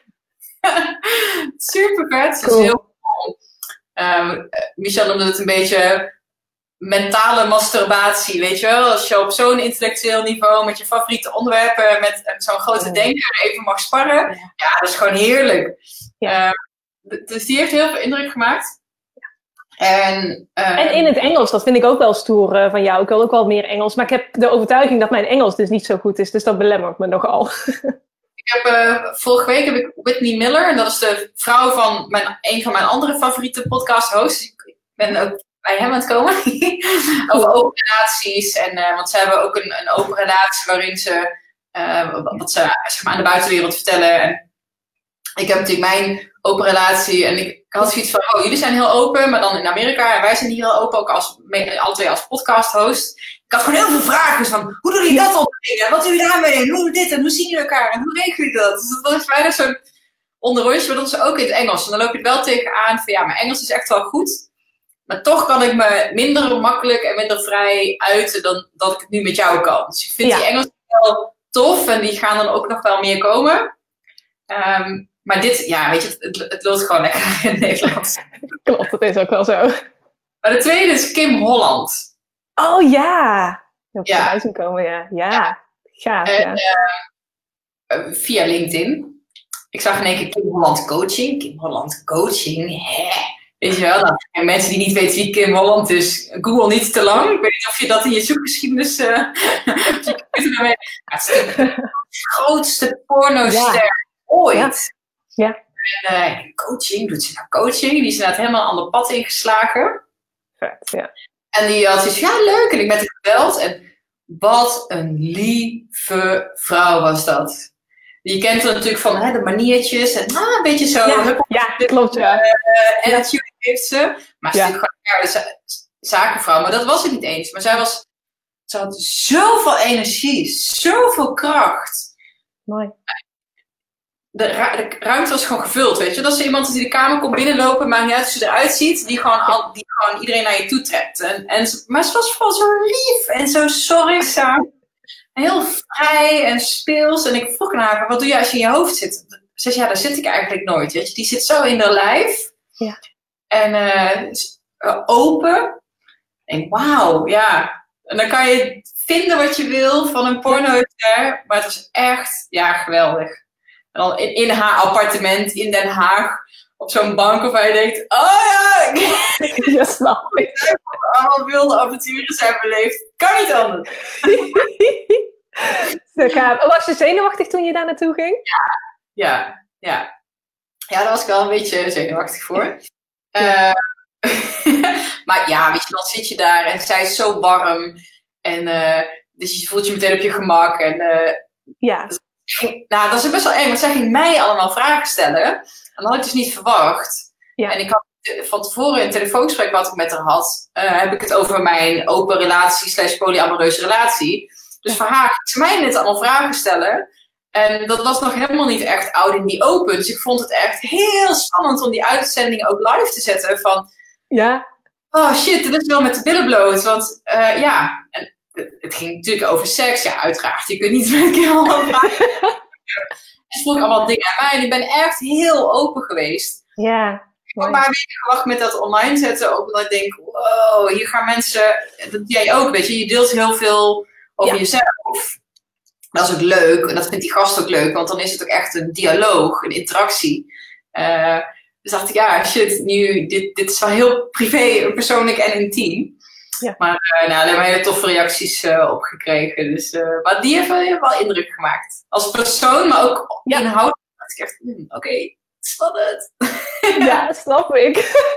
super vet. Cool. Dus heel cool. Um, Michel noemde het een beetje mentale masturbatie, weet je wel? Als je op zo'n intellectueel niveau met je favoriete onderwerpen, met, met zo'n grote ja. denker even mag sparren. Ja. ja, dat is gewoon heerlijk. Ja. Uh, dus die heeft heel veel indruk gemaakt. En, uh, en in het Engels, dat vind ik ook wel stoer uh, van jou. Ik wil ook wel meer Engels. Maar ik heb de overtuiging dat mijn Engels dus niet zo goed is. Dus dat belemmert me nogal. Ik heb, uh, vorige week heb ik Whitney Miller. En dat is de vrouw van mijn, een van mijn andere favoriete podcast-hosts. Ik ben ook bij hem aan het komen. Over open relaties. En, uh, want ze hebben ook een, een open relatie waarin ze... Uh, wat ze zeg maar, aan de buitenwereld vertellen. En ik heb natuurlijk mijn open relatie. En ik had zoiets van, oh, jullie zijn heel open. Maar dan in Amerika. En wij zijn hier heel open. Ook als, alle twee als podcast-host. Ik had gewoon heel veel vragen. Van, hoe doen jullie dat op dingen? Wat doen jullie daarmee? En hoe dit? En hoe zien jullie elkaar? En hoe regelen jullie dat? Dus dat was bijna zo'n onderrondje. Maar dat is ook in het Engels. En dan loop je er wel tegenaan van, ja, mijn Engels is echt wel goed. Maar toch kan ik me minder makkelijk en minder vrij uiten dan dat ik het nu met jou kan. Dus ik vind ja. die Engels wel tof. En die gaan dan ook nog wel meer komen. Um, maar dit, ja, weet je, het, het, het loopt gewoon lekker in het Nederlands. Klopt, dat is ook wel zo. Maar de tweede is Kim Holland. Oh ja! Op ja. eruit zien komen, ja. Ja, ja. Gaaf, en, ja. Uh, via LinkedIn. Ik zag in één keer Kim Holland Coaching. Kim Holland Coaching, hè? Weet je wel, en mensen die niet weten wie Kim Holland is, Google niet te lang. Ik weet niet of je dat in je zoekgeschiedenis... Uh, het is de grootste pornoster ja. ooit. Ja. ja. En uh, coaching, doet ze nou coaching? Die is inderdaad helemaal een ander pad ingeslagen. Vet, ja. En die had zoiets ja leuk. En ik ben gebeld. En wat een lieve vrouw was dat. je kent het natuurlijk van hè, de maniertjes en ah, een beetje zo. Ja, hup, ja klopt. Ja. Uh, en dat heeft ze. Maar ze Ja. is natuurlijk gewoon ja, de zakenvrouw. Maar dat was het niet eens. Maar zij was, ze had zoveel energie, zoveel kracht. Mooi. De, ru- de ruimte was gewoon gevuld, weet je. Dat is iemand die de kamer komt binnenlopen, maakt niet uit hoe ze eruit ziet, die gewoon, al, die gewoon iedereen naar je toe trekt. En, en, ze- maar ze was vooral zo lief en zo zorgzaam. Heel vrij en speels. En ik vroeg naar haar, wat doe je als je in je hoofd zit? Ze zei, ja, daar zit ik eigenlijk nooit, weet je. Die zit zo in haar lijf. Ja. En uh, open. En wauw, ja. En dan kan je vinden wat je wil van een porno-ster. Maar het was echt, ja, geweldig. En dan in, in haar appartement in Den Haag. Op zo'n bank of waar je denkt, oh ja, Ja, snap ik. allemaal wilde avonturen zijn beleefd. Kan niet anders. Was je zenuwachtig toen je daar naartoe ging? Ja, ja. Ja, daar was ik wel een beetje zenuwachtig voor. Uh, maar ja, weet je, dan zit je daar en zij is zo warm. En uh, dus je voelt je meteen op je gemak. En, uh, ja. Dus, nou, dat is best wel eng, want zij ging mij allemaal vragen stellen. En dat had ik dus niet verwacht. Ja. En ik had van tevoren een telefoongesprek wat ik met haar had, uh, heb ik het over mijn open relatie slash polyamoreuze relatie. Dus voor haar ging ze mij net allemaal vragen stellen. En dat was nog helemaal niet echt oud in die open. Dus ik vond het echt heel spannend om die uitzending ook live te zetten. Van, ja. Oh shit, dit is wel met de billen bloot. Want uh, ja, en het, het ging natuurlijk over seks. Ja, uiteraard. Je kunt niet met een keer allemaal vragen. En vroeg allemaal dingen aan mij. En ik ben echt heel open geweest. Ja. Ik heb een paar weken gewacht met dat online zetten. Ook omdat ik denk, wow, hier gaan mensen... Dat doe jij ook, weet je. Je deelt heel veel over ja. jezelf. Dat is ook leuk. En dat vindt die gast ook leuk. Want dan is het ook echt een dialoog, een interactie. Uh, dus dacht ik, ja, shit, nu, dit, dit is wel heel privé, persoonlijk en intiem. Ja. Maar uh, nou, daar hebben we hele toffe reacties uh, op gekregen. Dus, uh, maar die heeft wel, wel indruk gemaakt. Als persoon, maar ook ja. inhoudelijk. dacht ik echt, mm, oké, okay, spannend. Ja, snap ik.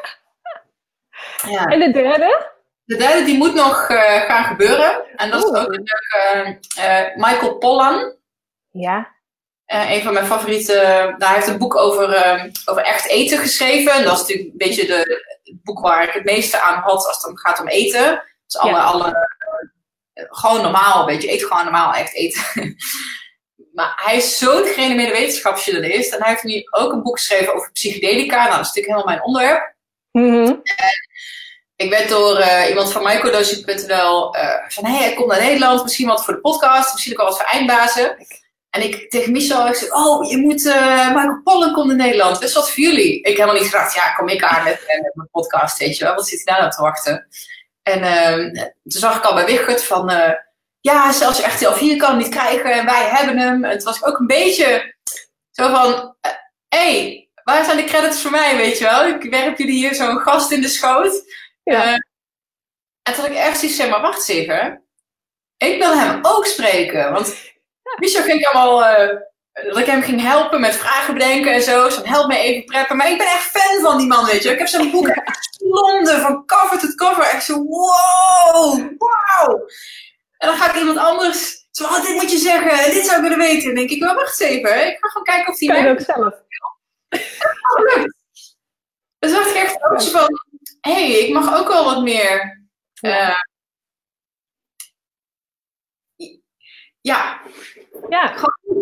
Ja. En de derde? De derde, die moet nog uh, gaan gebeuren. En dat Oeh. is ook uh, uh, Michael Pollan. Ja. Uh, een van mijn favoriete... Nou, hij heeft een boek over, uh, over echt eten geschreven. En dat is natuurlijk een beetje de, het boek waar ik het meeste aan had als het om, gaat om eten. Dus alle... Ja. alle uh, gewoon normaal, weet je. Eet gewoon normaal, echt eten. Maar hij is zo'n gerenommeerde wetenschapsjournalist. En hij heeft nu ook een boek geschreven over psychedelica. Nou, dat is natuurlijk helemaal mijn onderwerp. Mm-hmm. En ik werd door uh, iemand van mycodosis punt n l uh, van... Hé, hey, ik kom naar Nederland. Misschien wat voor de podcast. Misschien ook al wat voor eindbazen. En ik tegen Michel, ik zei... Oh, je moet... Uh, Michael Pollan komt in Nederland. Dat is wat voor jullie. Ik heb helemaal niet gedacht... Ja, kom ik aan met, met mijn podcast, weet je wel. Wat zit hij daar nou te wachten? En uh, toen zag ik al bij Wichert van... Uh, ja, zelfs R T L vier kan hem niet krijgen. En wij hebben hem. En toen was ik ook een beetje... Zo van... Hé, uh, hey, waar zijn de credits voor mij, weet je wel? Ik werp jullie hier zo'n gast in de schoot... Ja. Uh, en toen had ik echt zoiets zeg maar wacht eens even. Ik wil hem ook spreken. Want ja. Michel ging allemaal... Uh, dat ik hem ging helpen met vragen bedenken en zo. Zo help me even preppen. Maar ik ben echt fan van die man, weet je. Ik heb zijn boek echt londen van cover tot cover. Echt zo wow, wow. En dan ga ik iemand anders... Zo, oh, dit moet je zeggen. Dit zou ik willen weten. En dan denk ik, wel wacht eens even. Ik ga gewoon kijken of die... Kan je ook zelf. Dus dacht ik echt ook zo van... Hé, hey, ik mag ook wel wat meer. Ja. Uh, ja. Ja.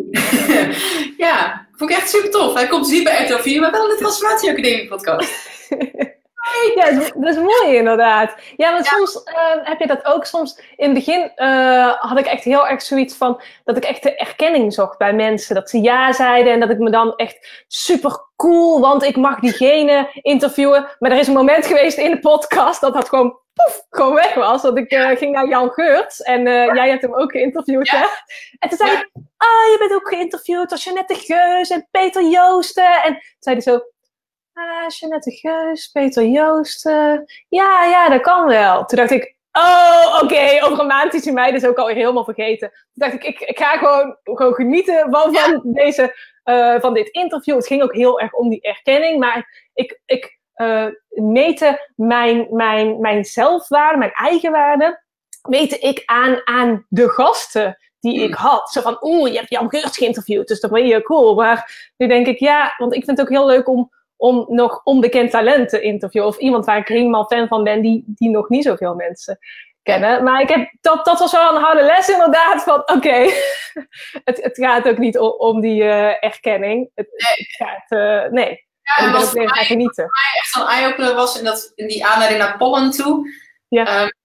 Ja, vond ik echt super tof. Hij komt dus niet bij R T L vier, maar wel in de Transformatie Academie podcast. Ja, dat is, dat is mooi inderdaad. Ja, want ja. soms uh, heb je dat ook. Soms in het begin uh, had ik echt heel erg zoiets van... dat ik echt de erkenning zocht bij mensen. Dat ze ja zeiden en dat ik me dan echt super cool... want ik mag diegene interviewen. Maar er is een moment geweest in de podcast... dat dat gewoon poef, gewoon weg was. Want ik uh, ging naar Jan Geurts en uh, ja. jij hebt hem ook geïnterviewd, ja. hè? En toen zei ja. ik... Ah, je bent ook geïnterviewd door Jeanette Geus en Peter Joosten. En toen zei hij zo... Ah, Jeanette Geus, Peter Joosten. Ja, ja, dat kan wel. Toen dacht ik, oh, oké, okay, over een maand is hij mij dus ook alweer helemaal vergeten. Toen dacht ik, ik, ik ga gewoon, gewoon genieten van, van, ja. deze, uh, van dit interview. Het ging ook heel erg om die erkenning, maar ik, ik uh, mete mijn, mijn, mijn zelfwaarde, mijn eigenwaarde, mete ik aan, aan de gasten die ik had. Zo van, oeh, je hebt Jan Geurts geïnterviewd, dus dat ben je cool. Maar nu denk ik, ja, want ik vind het ook heel leuk om, om nog onbekend talent te interviewen. Of iemand waar ik helemaal fan van ben, die, die nog niet zoveel mensen kennen. Maar ik heb, dat, dat was wel een harde les inderdaad, van oké, okay, het, het gaat ook niet om, om die uh, erkenning. Het, nee. het gaat, uh, nee. Ja, en wat voor mij, genieten. voor mij echt een eye-opener was, in, dat, in die aanleiding naar Pollen toe. Ja. Um,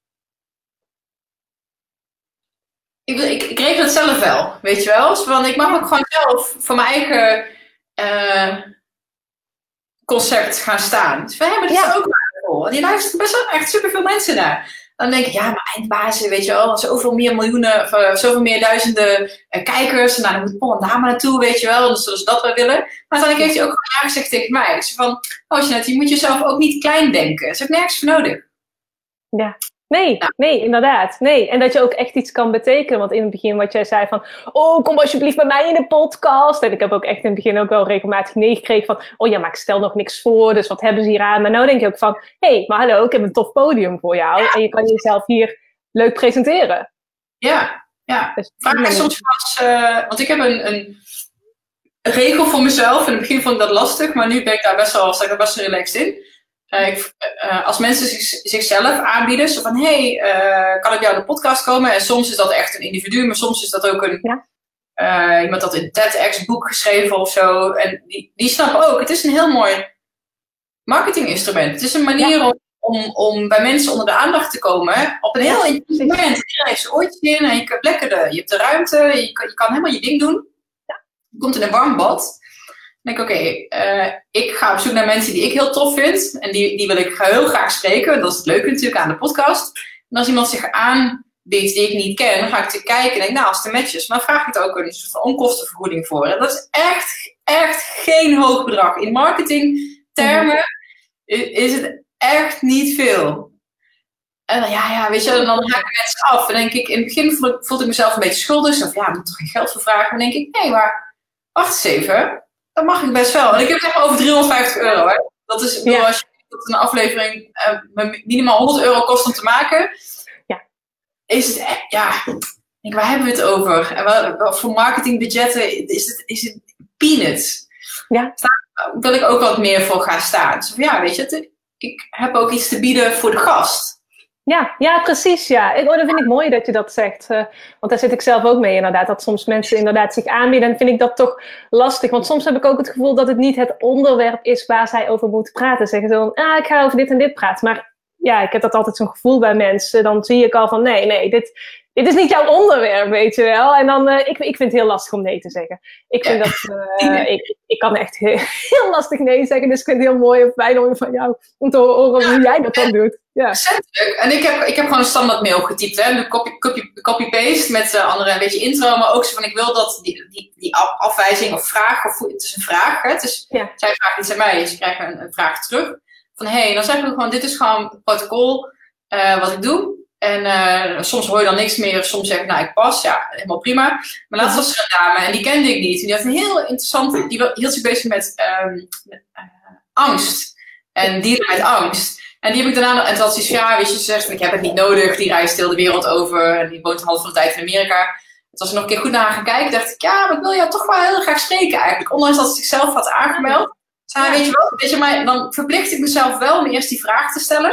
ik, ik, ik regel het zelf wel, weet je wel. Want ik mag ook gewoon zelf voor mijn eigen uh, concept gaan staan. Dus wij hebben dit ja. ook waardevol. En die luisteren best wel echt superveel mensen naar. Dan denk ik, ja, maar eindbazen, weet je wel, zoveel meer miljoenen, of, uh, zoveel meer duizenden uh, kijkers. Nou, dan moet Pollen daar maar naartoe, weet je wel, dan zullen ze dat wel willen. Maar uiteindelijk heeft hij ook gewoon ja gezegd tegen mij. Dus van, oh Jeanette, je moet jezelf ook niet klein denken. Er is ook nergens voor nodig. Ja. Nee, ja. nee, inderdaad. Nee. En dat je ook echt iets kan betekenen. Want in het begin wat jij zei van, oh, kom alsjeblieft bij mij in de podcast. En ik heb ook echt in het begin ook wel regelmatig nee gekregen van, oh ja, maar ik stel nog niks voor, dus wat hebben ze hier aan? Maar nou denk je ook van, hé, hey, maar hallo, ik heb een tof podium voor jou. Ja. En je kan jezelf hier leuk presenteren. Ja, ja. Dus vraag mij soms wel eens, uh, want ik heb een, een regel voor mezelf. In het begin vond ik dat lastig, maar nu ben ik daar best wel, sta ik daar best wel relaxed in. Uh, ik, uh, als mensen zich, zichzelf aanbieden, zo van, hé, hey, uh, kan ik jou in de podcast komen? En soms is dat echt een individu, maar soms is dat ook een, ja. uh, iemand dat in TEDx-boek geschreven of zo. En die, die snappen ook, het is een heel mooi marketinginstrument. Het is een manier ja. om, om, om bij mensen onder de aandacht te komen op een heel ja, intiem moment. Je krijgt ze oortjes in en je hebt lekker de, je hebt de ruimte, je kan, je kan helemaal je ding doen. Ja. Je komt in een warm bad. Dan denk ik, oké, okay, uh, ik ga op zoek naar mensen die ik heel tof vind. En die, die wil ik heel graag spreken. Dat is het leuke natuurlijk aan de podcast. En als iemand zich aanbiedt die ik niet ken, dan ga ik te kijken en denk, nou, als het een match is. Maar dan vraag ik er ook een soort van onkostenvergoeding voor. En dat is echt, echt geen hoog bedrag. In marketingtermen mm-hmm. is het echt niet veel. En dan, ja, ja, weet je, dan haken mensen af. En denk ik, in het begin voelde, voelde ik mezelf een beetje schuldig. Zo van, ja, ik moet toch geen geld voor vragen. Maar dan denk ik, nee, maar wacht eens even. Dat mag ik best wel. En ik heb het echt over driehonderdvijftig euro. Hè. Dat is, ja. als je dat een aflevering uh, minimaal honderd euro kost om te maken. Ja. Is het echt, ja, denk, waar hebben we het over? En wat, wat voor marketingbudgetten is het, is het peanuts? Ja. Daar wil ik ook wat meer voor gaan staan. Dus ja, weet je, ik heb ook iets te bieden voor de gast. Ja, ja, precies. Ja. Ik, oh, dat vind ik mooi dat je dat zegt. Uh, want daar zit ik zelf ook mee inderdaad. Dat soms mensen inderdaad zich aanbieden. En vind ik dat toch lastig. Want soms heb ik ook het gevoel dat het niet het onderwerp is waar zij over moeten praten. Zeggen ze dan, ah, ik ga over dit en dit praten. Maar ja, ik heb dat altijd zo'n gevoel bij mensen. Dan zie ik al van, nee, nee, dit, dit is niet jouw onderwerp, weet je wel. En dan, uh, ik, ik vind het heel lastig om nee te zeggen. Ik vind ja. dat, uh, ik, ik kan echt heel, heel lastig nee zeggen. Dus ik vind het heel mooi of fijn om van jou om te horen ja. hoe jij dat dan doet. Ja. En ik heb, ik heb gewoon een standaard mail getypt, hè. De copy, copy, copy-paste met uh, andere een beetje intro, maar ook zo van, ik wil dat die, die, die afwijzing of vraag, of het is een vraag, hè. Het is, ja. zij vraagt iets aan mij, dus je krijgt een, een vraag terug. Van, hé, hey, dan zeggen we gewoon, dit is gewoon het protocol uh, wat ik doe. En uh, soms hoor je dan niks meer, soms zeg ik, nou, ik pas, ja, helemaal prima. Maar laatst was er een dame, en die kende ik niet. En die had een heel interessant, die hield zich bezig met, um, met uh, angst. En dealen met angst. En die heb ik daarna, en toen had ze ja, weet je, ze zegt, ik heb het niet nodig, die reist heel de wereld over, en die woont een half van de tijd in Amerika. Toen was ik nog een keer goed naar haar gaan kijken, dacht ik, ja, maar ik wil jou toch wel heel graag spreken eigenlijk, ondanks dat ze zichzelf had aangemeld. Zei, weet je wel, weet je, maar dan verplicht ik mezelf wel om eerst die vraag te stellen.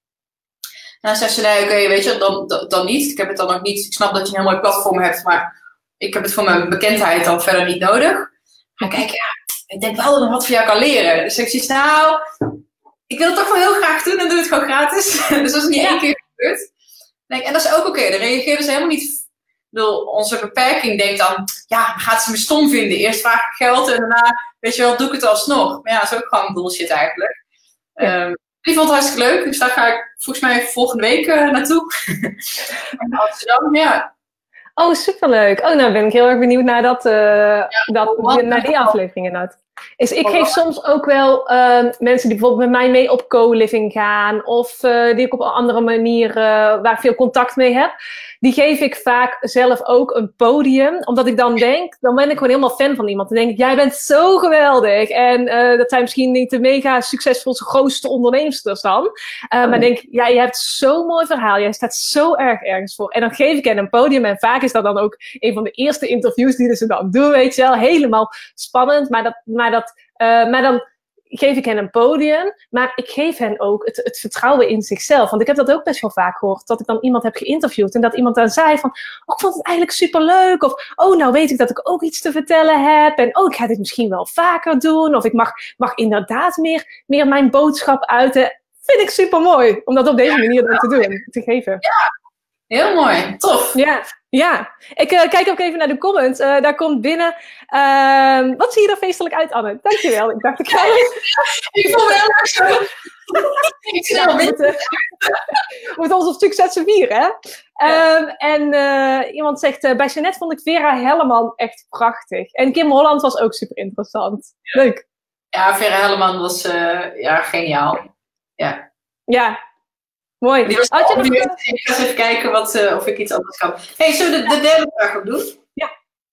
En dan zegt ze, nee, oké, okay, weet je, dan, dan, dan niet, ik heb het dan ook niet, ik snap dat je een heel mooi platform hebt, maar ik heb het voor mijn bekendheid dan verder niet nodig. Maar kijk, ja, ik denk wel dat ik wat voor jou kan leren. Dus ik zeg, nou... Ik wil het toch wel heel graag doen en doe het gewoon gratis. Dus dat is niet ja. één keer gebeurd. En dat is ook oké. Okay. Dan reageerden ze helemaal niet. Ik bedoel, onze beperking denkt dan, ja, dan gaat ze me stom vinden. Eerst vraag ik geld en daarna, weet je wel, doe ik het alsnog. Maar ja, dat is ook gewoon bullshit eigenlijk. Ja. Um, die vond het hartstikke leuk. Dus daar ga ik volgens mij volgende week uh, naartoe. In Amsterdam, ja. Oh, superleuk. Oh, nou ben ik heel erg benieuwd naar, dat, uh, ja, dat, wat, naar die aflevering inderdaad. Is, ik geef soms ook wel uh, mensen die bijvoorbeeld met mij mee op co-living gaan. Of uh, die ik op een andere manier, uh, waar ik veel contact mee heb. die geef ik vaak zelf ook een podium. Omdat ik dan denk, dan ben ik gewoon helemaal fan van iemand. Dan denk ik, jij bent zo geweldig. En uh, dat zijn misschien niet de mega succesvolste, grootste onderneemsters dan. Uh, oh. Maar denk, ja, je hebt zo'n mooi verhaal. Jij staat zo erg ergens voor. En dan geef ik hen een podium. En vaak is dat dan ook een van de eerste interviews die ze dan doen, weet je wel. Helemaal spannend. Maar, dat, maar, dat, uh, maar dan geef ik hen een podium. Maar ik geef hen ook het, het vertrouwen in zichzelf. Want ik heb dat ook best wel vaak gehoord. Dat ik dan iemand heb geïnterviewd. En dat iemand dan zei van, oh, ik vond het eigenlijk superleuk. Of, oh, nou weet ik dat ik ook iets te vertellen heb. En, oh, ik ga dit misschien wel vaker doen. Of ik mag, mag inderdaad meer, meer mijn boodschap uiten. Vind ik super mooi. Om dat op deze manier dan te doen. Te geven. Ja, heel mooi. Tof. Ja. Ja, ik uh, kijk ook even naar de comments. Uh, daar komt binnen. Uh, wat zie je er feestelijk uit, Anne? Dankjewel. Ik dacht, ik ga ik vond het heel erg zo. Ik ja, we, moeten, we moeten ons op successen vieren, hè? Ja. Um, en uh, iemand zegt, uh, bij Jeanette vond ik Vera Helleman echt prachtig. En Kim Holland was ook super interessant. Ja. Leuk. Ja, Vera Helleman was uh, ja, geniaal. Ja. Ja. Mooi. Die was Had je nog... Ik ga eens even kijken wat, uh, of ik iets anders kan. Hey, zullen we de, de derde vraag ook doen? Ja.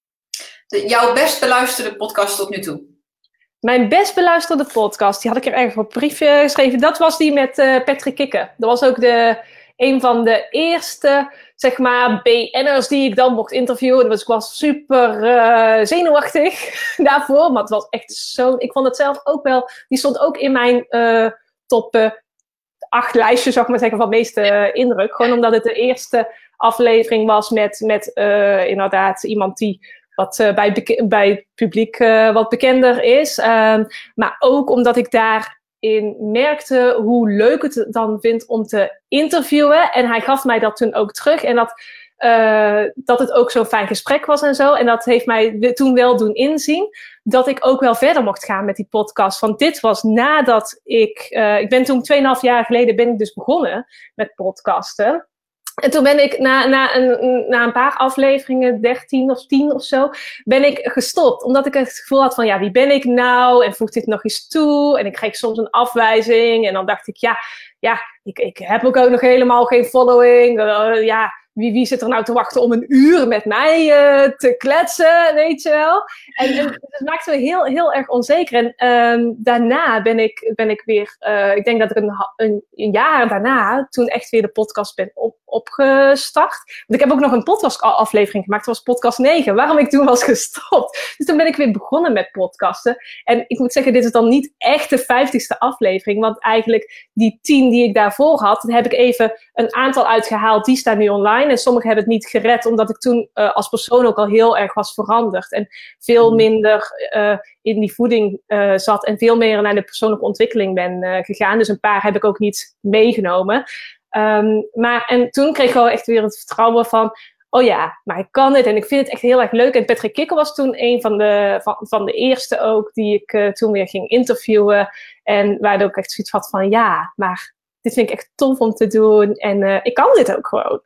De, jouw best beluisterde podcast tot nu toe? Mijn best beluisterde podcast, die had ik er ergens op een briefje geschreven. Dat was die met uh, Patrick Kikken. Dat was ook de, een van de eerste, zeg maar, B N'ers die ik dan mocht interviewen. Dus ik was super uh, zenuwachtig daarvoor. Maar het was echt zo... Ik vond het zelf ook wel... Die stond ook in mijn uh, top... Uh, acht lijstjes, zou ik maar zeggen, van meeste uh, indruk. Gewoon omdat het de eerste aflevering was met, met uh, inderdaad iemand die wat uh, bij, beke- bij het publiek uh, wat bekender is. Um, maar ook omdat ik daarin merkte hoe leuk het dan vindt om te interviewen. En hij gaf mij dat toen ook terug. En dat, uh, dat het ook zo'n fijn gesprek was en zo. En dat heeft mij toen wel doen inzien dat ik ook wel verder mocht gaan met die podcast. Want dit was nadat ik... Uh, ik ben toen tweeënhalf jaar geleden ben ik dus begonnen met podcasten. En toen ben ik na, na, een, na een paar afleveringen, dertien of tien of zo, ben ik gestopt. Omdat ik het gevoel had van, ja, wie ben ik nou? En voegt dit nog eens toe? En ik kreeg soms een afwijzing. En dan dacht ik, ja, ja ik, ik heb ook nog helemaal geen following. Uh, ja... Wie, wie zit er nou te wachten om een uur met mij uh, te kletsen, weet je wel? En, en dat maakte me heel, heel erg onzeker. En um, daarna ben ik, ben ik weer... Uh, ik denk dat ik een, een, een jaar daarna toen echt weer de podcast ben op, opgestart. Want ik heb ook nog een podcastaflevering gemaakt. Dat was podcast negen, waarom ik toen was gestopt. Dus toen ben ik weer begonnen met podcasten. En ik moet zeggen, dit is dan niet echt de vijftigste aflevering. Want eigenlijk die tien die ik daarvoor had, heb ik even een aantal uitgehaald. Die staan nu online. En sommigen hebben het niet gered, omdat ik toen uh, als persoon ook al heel erg was veranderd. En veel minder uh, in die voeding uh, zat. En veel meer naar de persoonlijke ontwikkeling ben uh, gegaan. Dus een paar heb ik ook niet meegenomen. Um, maar, en toen kreeg ik wel echt weer het vertrouwen van... Oh ja, maar ik kan het en ik vind het echt heel erg leuk. En Patrick Kikker was toen een van de, van, van de eerste ook die ik uh, toen weer ging interviewen. En waar ik ook echt zoiets had van ja, maar dit vind ik echt tof om te doen. En uh, ik kan dit ook gewoon.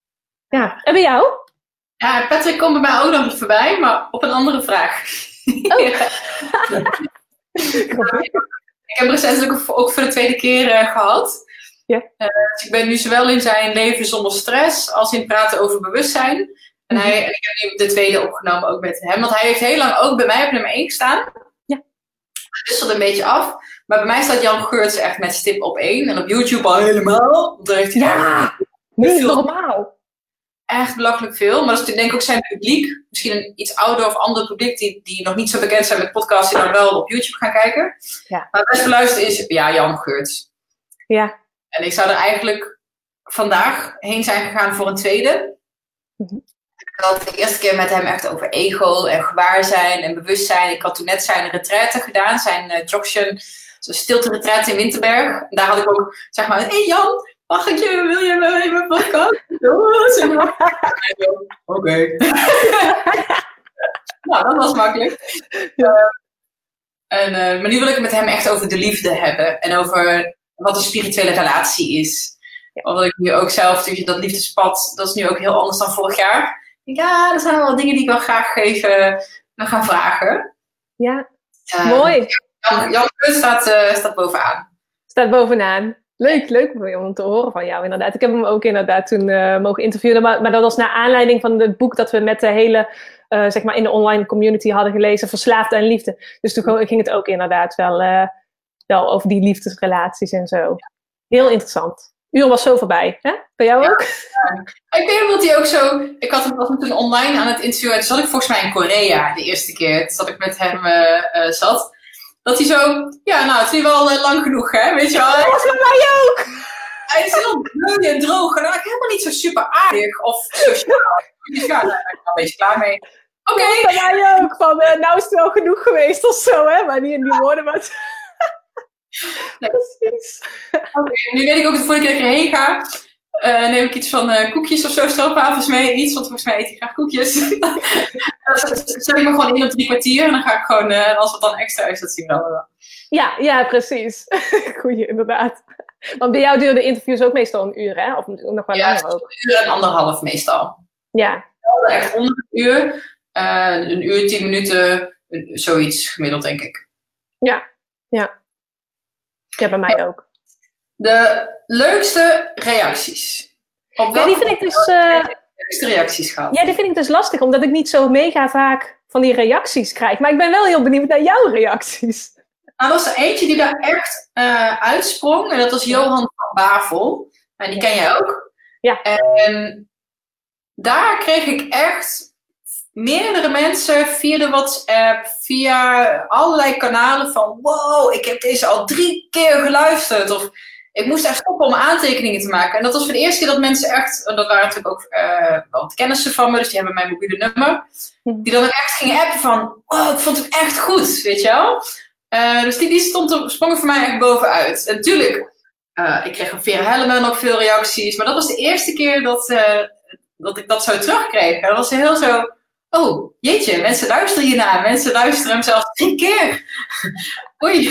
Ja, en bij jou? Ja, Patrick komt bij mij ook nog voorbij, maar op een andere vraag. Oh. Ja. Ik heb hem recentelijk ook voor de tweede keer uh, gehad. Ja. Uh, dus ik ben nu zowel in zijn leven zonder stress als in praten over bewustzijn. En, hij, en ik heb nu de tweede opgenomen ook met hem. Want hij heeft heel lang ook bij mij op nummer één gestaan. Ja. Het wisselt een beetje af. Maar bij mij staat Jan Geurts echt met stip op één. En op YouTube al helemaal. Daar heeft hij ja, niet normaal. Echt belachelijk veel. Maar dat is denk ik ook zijn publiek. Misschien een iets ouder of ander publiek die, die nog niet zo bekend zijn met podcasts. Die dan wel op YouTube gaan kijken. Ja. Maar het best beluisterd is ja, Jan Geurts. Ja. En ik zou er eigenlijk vandaag heen zijn gegaan voor een tweede. Mm-hmm. Ik had de eerste keer met hem echt over ego en gewaarzijn en bewustzijn. Ik had toen net zijn retraite gedaan. Zijn uh, Joction, zijn stilte-retraite in Winterberg. En daar had ik ook, zeg maar, hé hey Jan, mag ik je, wil je wel in mijn podcast? Oké. Okay. Nou, dat was makkelijk. Ja. Uh, en, uh, maar nu wil ik het met hem echt over de liefde hebben. En over wat een spirituele relatie is. Ja. Omdat ik nu ook zelf, dus dat liefdespad, dat is nu ook heel anders dan vorig jaar. Ik denk, ja, er zijn wel dingen die ik wel graag even wil gaan vragen. Ja, uh, mooi. Jan, Jan Geurts staat, uh, staat bovenaan. Staat bovenaan. Leuk, leuk om te horen van jou inderdaad. Ik heb hem ook inderdaad toen uh, mogen interviewen. Maar, maar dat was naar aanleiding van het boek dat we met de hele, uh, zeg maar in de online community hadden gelezen. Verslaafd aan liefde. Dus toen ging het ook inderdaad wel, uh, wel over die liefdesrelaties en zo. Heel interessant. Uur was zo voorbij, hè? Bij jou ook? Ja, ja. Ik weet dat hij ook zo... Ik had hem, was hem toen online aan het interviewen. Toen zat ik volgens mij in Korea de eerste keer. Toen zat ik met hem uh, uh, zat. Dat hij zo... Ja, nou, het is nu wel uh, lang genoeg, hè? Weet je wel? Dat was bij mij ook! Hij is heel leuk en droog. En eigenlijk helemaal niet zo super aardig of sociaal. Dus ja, daar ben ik wel een beetje klaar mee. Oké. Okay. Bij mij ook. Van, uh, nou is het wel genoeg geweest of zo, hè? Maar niet in die woorden, maar... Nee. Precies. Okay, nu weet ik ook de volgende keer dat ik erheen ga. Uh, neem ik iets van uh, koekjes of zo, stroopwafels mee. Iets, want volgens mij eet ik graag koekjes. Dan zet ik me gewoon in op drie kwartier. En dan ga ik gewoon, uh, als het dan extra is, dat zien we dan wel. Ja, ja, precies. Goeie, inderdaad. Want bij jou duren de interviews ook meestal een uur, hè? Of nog wel ja, langer ook? een uur en anderhalf meestal. Ja. Echt onder een uur. Uh, een uur, tien minuten. Zoiets gemiddeld, denk ik. Ja, ja. Ja, bij mij ook. De leukste reacties. Op ja, die vind ik dus... Uh, de leukste reacties gehad. Ja, die vind ik dus lastig, omdat ik niet zo mega vaak van die reacties krijg. Maar ik ben wel heel benieuwd naar jouw reacties. Nou, dat was er eentje die daar echt uh, uitsprong. En dat was Johan van Bavel. En die ken jij ook. Ja. En daar kreeg ik echt meerdere mensen via de WhatsApp, via allerlei kanalen van wow, ik heb deze al drie keer geluisterd. Of ik moest echt stoppen om aantekeningen te maken. En dat was voor de eerste keer dat mensen echt, en dat waren natuurlijk ook uh, wel kennissen van me, dus die hebben mijn mobiele nummer, die dan ook echt gingen appen van oh, ik vond het echt goed, weet je wel. Uh, dus die, die stond er, sprongen voor mij echt bovenuit. En natuurlijk, uh, ik kreeg van Vera Helleman ook veel reacties, maar dat was de eerste keer dat, uh, dat ik dat zo terugkreeg. En dat was heel zo, oh, jeetje, mensen luisteren hiernaar. Mensen luisteren hem zelfs drie keer. Oei.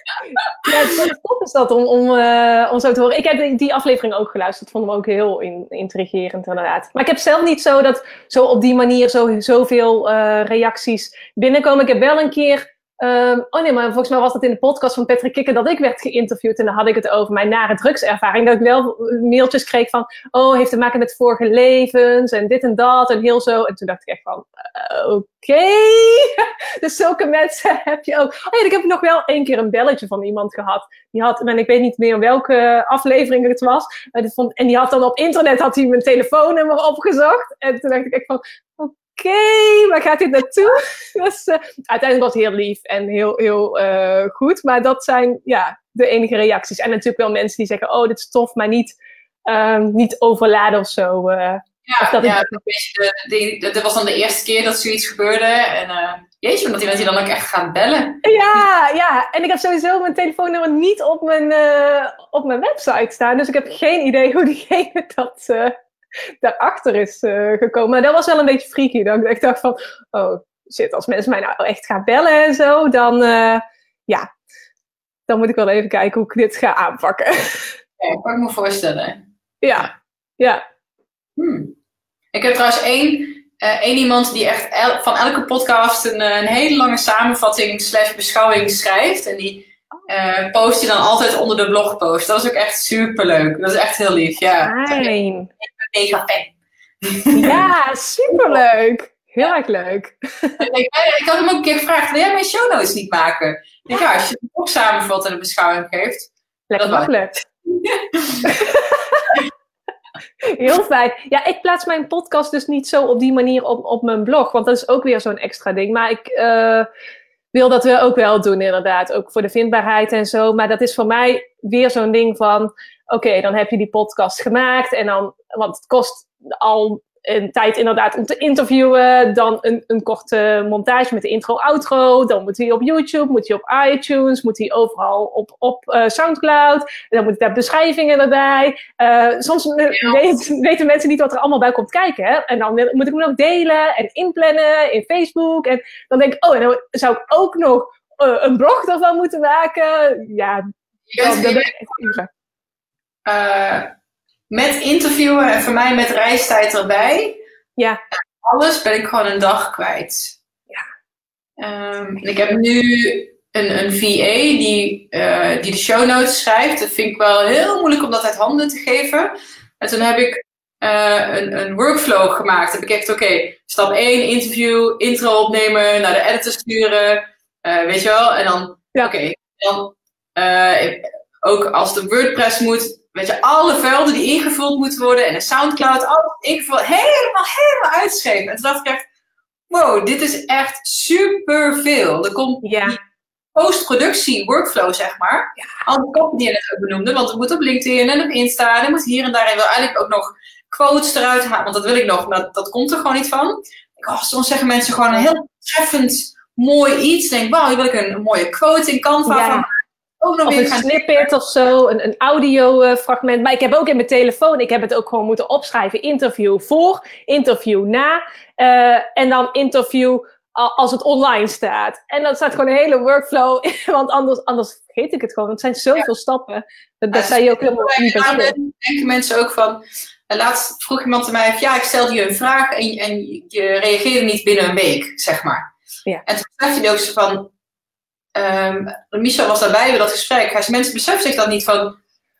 Ja, het top is dat om, om, uh, om zo te horen. Ik heb die, die aflevering ook geluisterd. Vond hem ook heel in, intrigerend inderdaad. Maar ik heb zelf niet zo dat zo op die manier zo, zoveel uh, reacties binnenkomen. Ik heb wel een keer... Um, oh nee, maar volgens mij was dat in de podcast van Patrick Kikker dat ik werd geïnterviewd en dan had ik het over mijn nare drugservaring. Dat ik wel mailtjes kreeg van, oh, heeft te maken met vorige levens en dit en dat en heel zo. En toen dacht ik echt van, uh, oké. Okay. Dus zulke mensen heb je ook. Oh ja, ik heb nog wel één keer een belletje van iemand gehad. Die had, en ik weet niet meer welke aflevering het was. Maar die vond, en die had dan op internet had hij mijn telefoonnummer opgezocht. En toen dacht ik echt van, oké. Oké, okay, waar gaat dit naartoe? Dus, uh, uiteindelijk was het heel lief en heel, heel uh, goed. Maar dat zijn ja, de enige reacties. En natuurlijk wel mensen die zeggen, oh, dit is tof, maar niet, uh, niet overladen of zo. Uh, ja, of dat ja het... de, de, de, dat was dan de eerste keer dat zoiets gebeurde. En uh, jeetje, omdat die dan ook echt gaan bellen. Ja, ja, en ik heb sowieso mijn telefoonnummer niet op mijn, uh, op mijn website staan. Dus ik heb geen idee hoe diegene dat... Uh, daarachter is uh, gekomen. Maar dat was wel een beetje freaky. Dat ik dacht van, oh shit, als mensen mij nou echt gaan bellen en zo, dan, uh, ja, dan moet ik wel even kijken hoe ik dit ga aanpakken. Ja, dat kan ik me voorstellen. Ja, ja. Hmm. Ik heb trouwens één, uh, één iemand die echt el- van elke podcast een, een hele lange samenvatting slash beschouwing schrijft. En die uh, post je dan altijd onder de blogpost. Dat is ook echt superleuk. Dat is echt heel lief, ja. Fijn. Mega fan. Ja, superleuk. Heel erg leuk. Ik, ik had hem ook een keer gevraagd, wil jij mijn show notes niet maken? Ik denk, ja, als je het ook samenvat en een beschouwing geeft. Lekker makkelijk. Heel fijn. Ja, ik plaats mijn podcast dus niet zo op die manier op, op mijn blog. Want dat is ook weer zo'n extra ding. Maar ik uh, wil dat we ook wel doen inderdaad. Ook voor de vindbaarheid en zo. Maar dat is voor mij weer zo'n ding van... Oké, okay, dan heb je die podcast gemaakt. En dan, want het kost al een tijd inderdaad om te interviewen. Dan een, een korte montage met de intro-outro. Dan moet hij op YouTube, moet hij op iTunes, moet hij overal op, op uh, Soundcloud. En dan moet daar beschrijvingen erbij. Uh, soms ja. weet, weten mensen niet wat er allemaal bij komt kijken. Hè? En dan moet ik me nog delen en inplannen in Facebook. En dan denk ik, oh, en dan zou ik ook nog uh, een blog ervan moeten maken. Ja, dan ben ik echt uren. Uh, met interviewen en voor mij met reistijd erbij. Ja. Alles ben ik gewoon een dag kwijt. Ja. Um, ik heb nu een, een V A die, uh, die de show notes schrijft. Dat vind ik wel heel moeilijk om dat uit handen te geven. En toen heb ik uh, een, een workflow gemaakt. Heb ik echt, oké, okay, stap één, interview, intro opnemen, naar de editor sturen. Uh, weet je wel? En dan, ja. oké, okay, dan uh, ook als de WordPress moet, weet je, alle velden die ingevuld moeten worden en de Soundcloud, alles ingevuld, helemaal, helemaal uitschrijven. En toen dacht ik echt, wow, dit is echt superveel. Er komt ja. die postproductie workflow, zeg maar. Ja. Al die koppen die je net ook benoemde, want het moet op LinkedIn en op Insta, en er moet hier en daar, en wil eigenlijk ook nog quotes eruit halen, want dat wil ik nog, maar dat, dat komt er gewoon niet van. Oh, soms zeggen mensen gewoon een heel treffend, mooi iets. Denk, wauw, hier wil ik een, een mooie quote in Canva ja. van. Ook nog of weer een gaan snippet of zo, een, een audio uh, fragment. Maar ik heb ook in mijn telefoon, ik heb het ook gewoon moeten opschrijven. Interview voor, interview na. Uh, en dan interview als het online staat. En dan staat gewoon een hele workflow. Want anders, anders vergeet ik het gewoon. Het zijn zoveel ja. stappen. Dat, dat ja, zei je ook helemaal niet bij stil. Denken mensen ook van. Laatst vroeg iemand aan mij, ja, ik stelde je een vraag en, en je reageerde niet binnen een week, zeg maar. Ja. En toen zei hij ook zo van, um, Michel was daarbij bij dat gesprek. Hij zei, mensen beseffen zich dat niet van,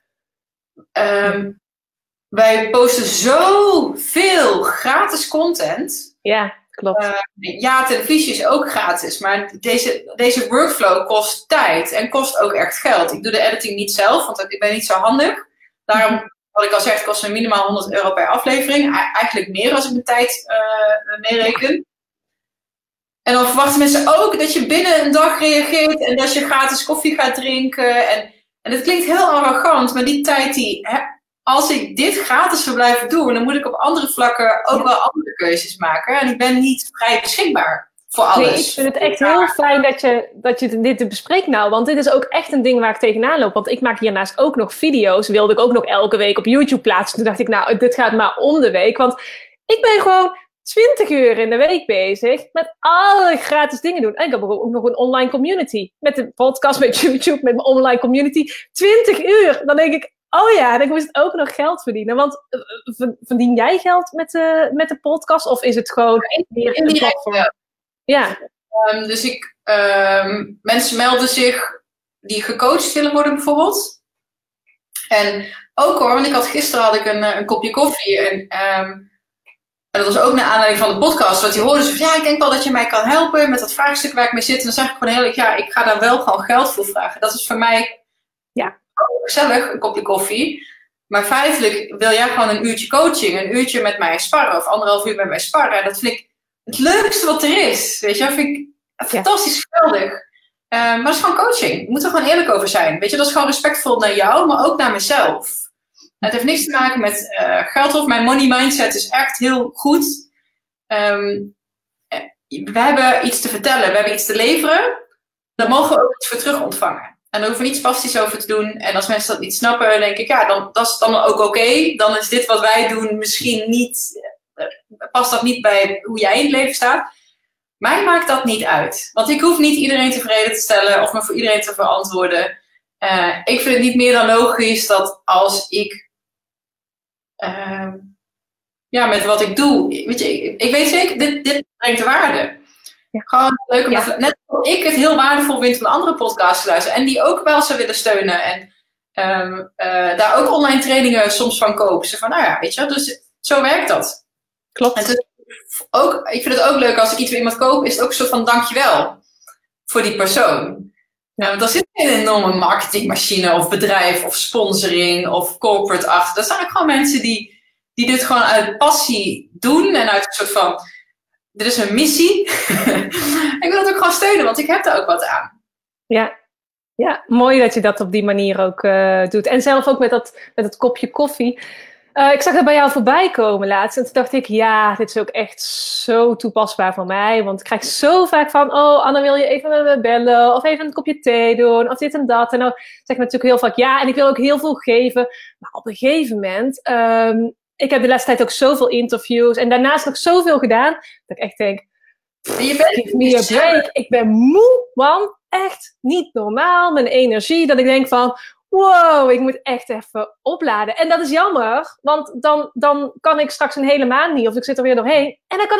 um, wij posten zoveel gratis content. Ja, klopt. Uh, ja, televisie is ook gratis, maar deze, deze workflow kost tijd en kost ook echt geld. Ik doe de editing niet zelf, want ik ben niet zo handig. Daarom, wat ik al zeg, kost me minimaal honderd euro per aflevering. Eigenlijk meer als ik mijn tijd uh, meereken. En dan verwachten mensen ook dat je binnen een dag reageert en dat je gratis koffie gaat drinken. En, en dat klinkt heel arrogant, maar die tijd die... Hè, als ik dit gratis wil blijven doen, dan moet ik op andere vlakken ook wel andere keuzes maken. En ik ben niet vrij beschikbaar voor alles. Nee, ik vind het echt heel fijn dat je, dat je dit bespreekt nou. Want dit is ook echt een ding waar ik tegenaan loop. Want ik maak hiernaast ook nog video's. Wilde ik ook nog elke week op YouTube plaatsen. Toen dacht ik, nou, dit gaat maar om de week. Want ik ben gewoon twintig uur in de week bezig met alle gratis dingen doen. En ik heb ook nog een online community. Met de podcast, met YouTube, met mijn online community. twintig uur. Dan denk ik, oh ja, en ik moest ook nog geld verdienen. Want uh, verdien jij geld met de, met de podcast? Of is het gewoon meer een platform? Ja. Um, dus ik, um, mensen melden zich die gecoacht willen worden bijvoorbeeld. En ook hoor, want ik had gisteren had ik een, een kopje koffie. En, um, en dat was ook naar aanleiding van de podcast. Want die hoorden ze van, ja, ik denk wel dat je mij kan helpen met dat vraagstuk waar ik mee zit. En dan zeg ik gewoon heel erg, ja, ik ga daar wel gewoon geld voor vragen. Dat is voor mij... Ja. Oh, gezellig, een kopje koffie. Maar feitelijk wil jij gewoon een uurtje coaching, een uurtje met mij sparren of anderhalf uur met mij sparren. En dat vind ik het leukste wat er is. Weet je, dat vind ik fantastisch geweldig. Uh, maar dat is gewoon coaching. Je moet er gewoon eerlijk over zijn. Weet je, dat is gewoon respectvol naar jou, maar ook naar mezelf. Het heeft niks te maken met uh, geld of mijn money mindset is echt heel goed. Um, we hebben iets te vertellen, we hebben iets te leveren. Daar mogen we ook iets voor terug ontvangen. En daar hoeven we niets spastisch over te doen. En als mensen dat niet snappen, dan denk ik, ja, dan, dat is dan ook oké. Okay. Dan is dit wat wij doen misschien niet, uh, past dat niet bij hoe jij in het leven staat. Mij maakt dat niet uit. Want ik hoef niet iedereen tevreden te stellen of me voor iedereen te verantwoorden. Uh, ik vind het niet meer dan logisch dat als ik, uh, ja, met wat ik doe, weet je, ik, ik weet zeker, dit, dit brengt waarde. Ja. Gewoon leuk om ja. dat, net als ik het heel waardevol vind van andere podcasts te luisteren. En die ook wel zou willen steunen. En um, uh, daar ook online trainingen soms van kopen. Ze van, nou ja, weet je, dus zo werkt dat. Klopt. En dus ook, ik vind het ook leuk als ik iets voor iemand koop, is het ook een soort van dankjewel voor die persoon. Ja, want er zit geen enorme marketingmachine of bedrijf of sponsoring of corporate achter. Dat zijn ook gewoon mensen die, die dit gewoon uit passie doen en uit een soort van... Dit is een missie. Ik wil het ook gewoon steunen, want ik heb daar ook wat aan. Ja, ja, mooi dat je dat op die manier ook uh, doet. En zelf ook met dat, met dat kopje koffie. Uh, ik zag dat bij jou voorbij komen laatst. En toen dacht ik, ja, dit is ook echt zo toepasbaar voor mij. Want ik krijg zo vaak van, oh, Anna, wil je even met me bellen? Of even een kopje thee doen? Of dit en dat. En dan zeg ik natuurlijk heel vaak, ja, en ik wil ook heel veel geven. Maar op een gegeven moment... Um, ik heb de laatste tijd ook zoveel interviews. En daarnaast nog zoveel gedaan. Dat ik echt denk, je bent give me a break. Ik ben moe, man. Echt niet normaal. Mijn energie. Dat ik denk van, wow, ik moet echt even opladen. En dat is jammer. Want dan, dan kan ik straks een hele maand niet. Of ik zit er weer doorheen. En dan kan ik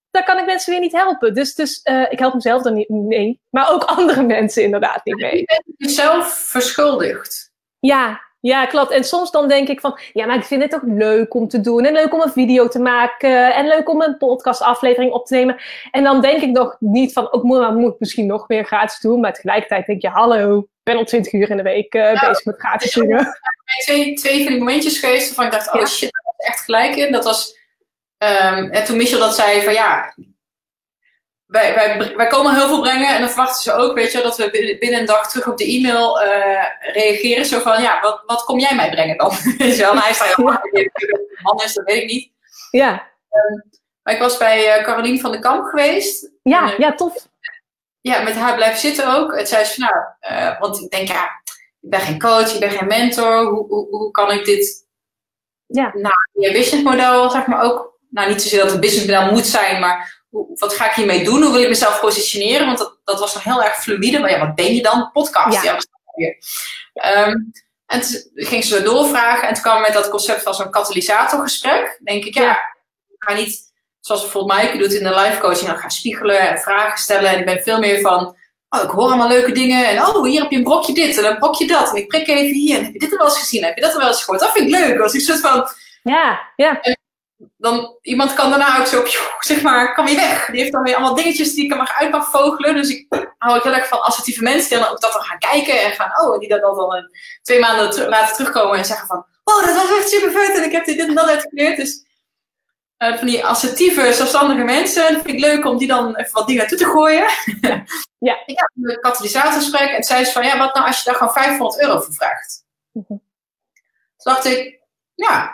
daar kan ik mensen weer niet helpen. Dus, dus uh, ik help mezelf dan niet mee. Maar ook andere mensen inderdaad niet mee. Je bent jezelf verschuldigd. Ja, ja, klopt. En soms dan denk ik van... Ja, maar ik vind het ook leuk om te doen. En leuk om een video te maken. En leuk om een podcastaflevering op te nemen. En dan denk ik nog niet van... Ook moet, moet ik misschien nog meer gratis doen. Maar tegelijkertijd denk je... Hallo, ik ben al twintig uur in de week uh, nou, bezig met gratis dingen. Er zijn twee, twee van die momentjes geweest... waarvan ik dacht... Oh ja. Shit, daar was echt gelijk in. Dat was... Um, en toen Michel dat zei van... Ja... Wij, wij, wij komen heel veel brengen en dan verwachten ze ook, weet je, dat we binnen een dag terug op de e-mail uh, reageren. Zo van, ja, wat, wat kom jij mij brengen dan? Weet je wel? En hij zei, ja, man is, dat weet ik niet. Ja. Um, maar ik was bij uh, Carolien van den Kamp geweest. Ja, en, uh, ja, tof. Ja, met haar blijven zitten ook. En zei ze van, nou, uh, want ik denk, ja, ik ben geen coach, ik ben geen mentor. Hoe, hoe, hoe kan ik dit, ja. nou, je businessmodel, zeg maar ook, nou, niet zozeer dat het een businessmodel moet zijn, maar wat ga ik hiermee doen? Hoe wil ik mezelf positioneren? Want dat, dat was nog heel erg fluïde. Maar ja, wat ben je dan? Podcast. Ja. Ja, um, en toen ging ze zo doorvragen. En toen kwam met dat concept van zo'n katalysatorgesprek. Denk ik, ja, ja. ik ga niet, zoals bijvoorbeeld Maaike doet in de life coaching, dan gaan spiegelen en vragen stellen. En ik ben veel meer van, oh, ik hoor allemaal leuke dingen. En oh, hier heb je een brokje dit en een brokje dat. En ik prik even hier. En heb je dit er wel eens gezien? Heb je dat er wel eens gehoord? Dat vind ik leuk. Als ik soort van... Ja, ja. En, dan, iemand kan daarna ook zo, zeg maar, kan weer weg. Die heeft dan weer allemaal dingetjes die ik er mag uit mag vogelen. Dus ik hou ook heel erg van assertieve mensen die dan ook dat dan gaan kijken. En gaan, oh, en die dat dan, dan twee maanden ter- later terugkomen en zeggen van, oh, dat was echt super vet. En ik heb dit, dit en dat uitgeleerd. Dus uh, van die assertieve, zelfstandige mensen, vind ik leuk om die dan even wat dingen toe te gooien. Ja. Ik had een katalysatorgesprek en zei ze van, ja, wat nou als je daar gewoon vijfhonderd euro voor vraagt? Mm-hmm. Toen dacht ik, ja...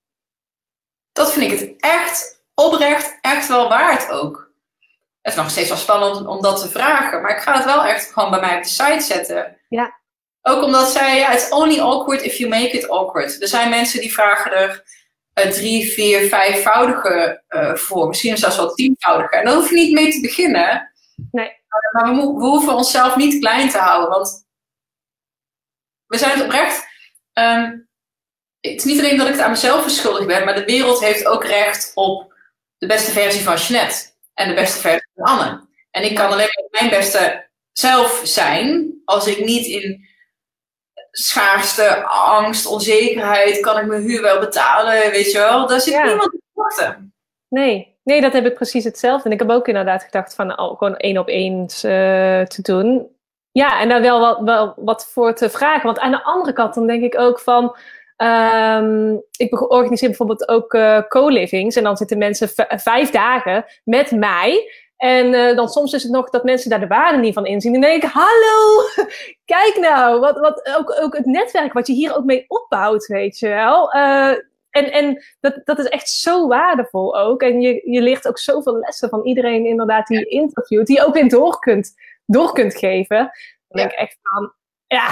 Dat vind ik het echt oprecht, echt wel waard ook. Het is nog steeds wel spannend om, om dat te vragen. Maar ik ga het wel echt gewoon bij mij op de site zetten. Ja. Ook omdat zij, ja, it's only awkward if you make it awkward. Er zijn mensen die vragen er uh, drie, vier, vijfvoudige uh, voor. Misschien zelfs wel tienvoudige. En daar hoef je niet mee te beginnen. Nee. Maar we, mo- we hoeven onszelf niet klein te houden. Want we zijn het oprecht... Um, Het is niet alleen dat ik het aan mezelf verschuldigd ben, maar de wereld heeft ook recht op de beste versie van Jeanette. En de beste versie van Anne. En ik kan alleen maar mijn beste zelf zijn, als ik niet in schaarste, angst, onzekerheid, kan ik mijn huur wel betalen, weet je wel. Daar zit ja. niemand te wachten. Nee. nee, dat heb ik precies hetzelfde. En ik heb ook inderdaad gedacht van oh, gewoon één op één uh, te doen. Ja, en daar wel wat, wel wat voor te vragen. Want aan de andere kant dan denk ik ook van... Um, ik organiseer bijvoorbeeld ook uh, co-livings. En dan zitten mensen v- vijf dagen met mij. En uh, dan soms is het nog dat mensen daar de waarde niet van inzien. En dan denk ik, hallo, kijk nou. Wat, wat, ook, ook het netwerk wat je hier ook mee opbouwt, weet je wel. Uh, en en dat, dat is echt zo waardevol ook. En je, je leert ook zoveel lessen van iedereen inderdaad die je interviewt. Die je ook weer door kunt, door kunt geven. Dan denk ik echt van, ja...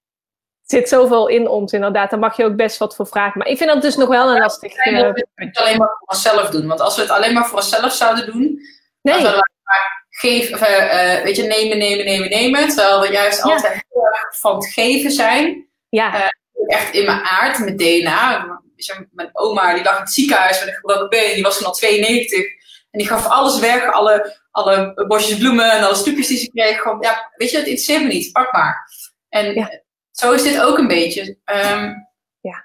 Er zit zoveel in ons inderdaad. Daar mag je ook best wat voor vragen. Maar ik vind dat dus nog wel een lastig... Ja, we het niet alleen maar voor onszelf doen. Want als we het alleen maar voor onszelf zouden doen... Nee. Dan zouden we maar geven, of, uh, weet je, nemen, nemen, nemen, nemen. Terwijl we juist ja. altijd heel erg van het geven zijn. Ja. Uh, echt in mijn aard, in mijn D N A. Weet je, mijn oma die lag in het ziekenhuis met een gebroken been. Die was toen al tweeënnegentig. En die gaf alles weg. Alle, alle bosjes bloemen en alle stukjes die ze kreeg. Gewoon, ja, weet je, het interesseert me niet. Pak maar. En... Ja. Zo is dit ook een beetje. Um, ja.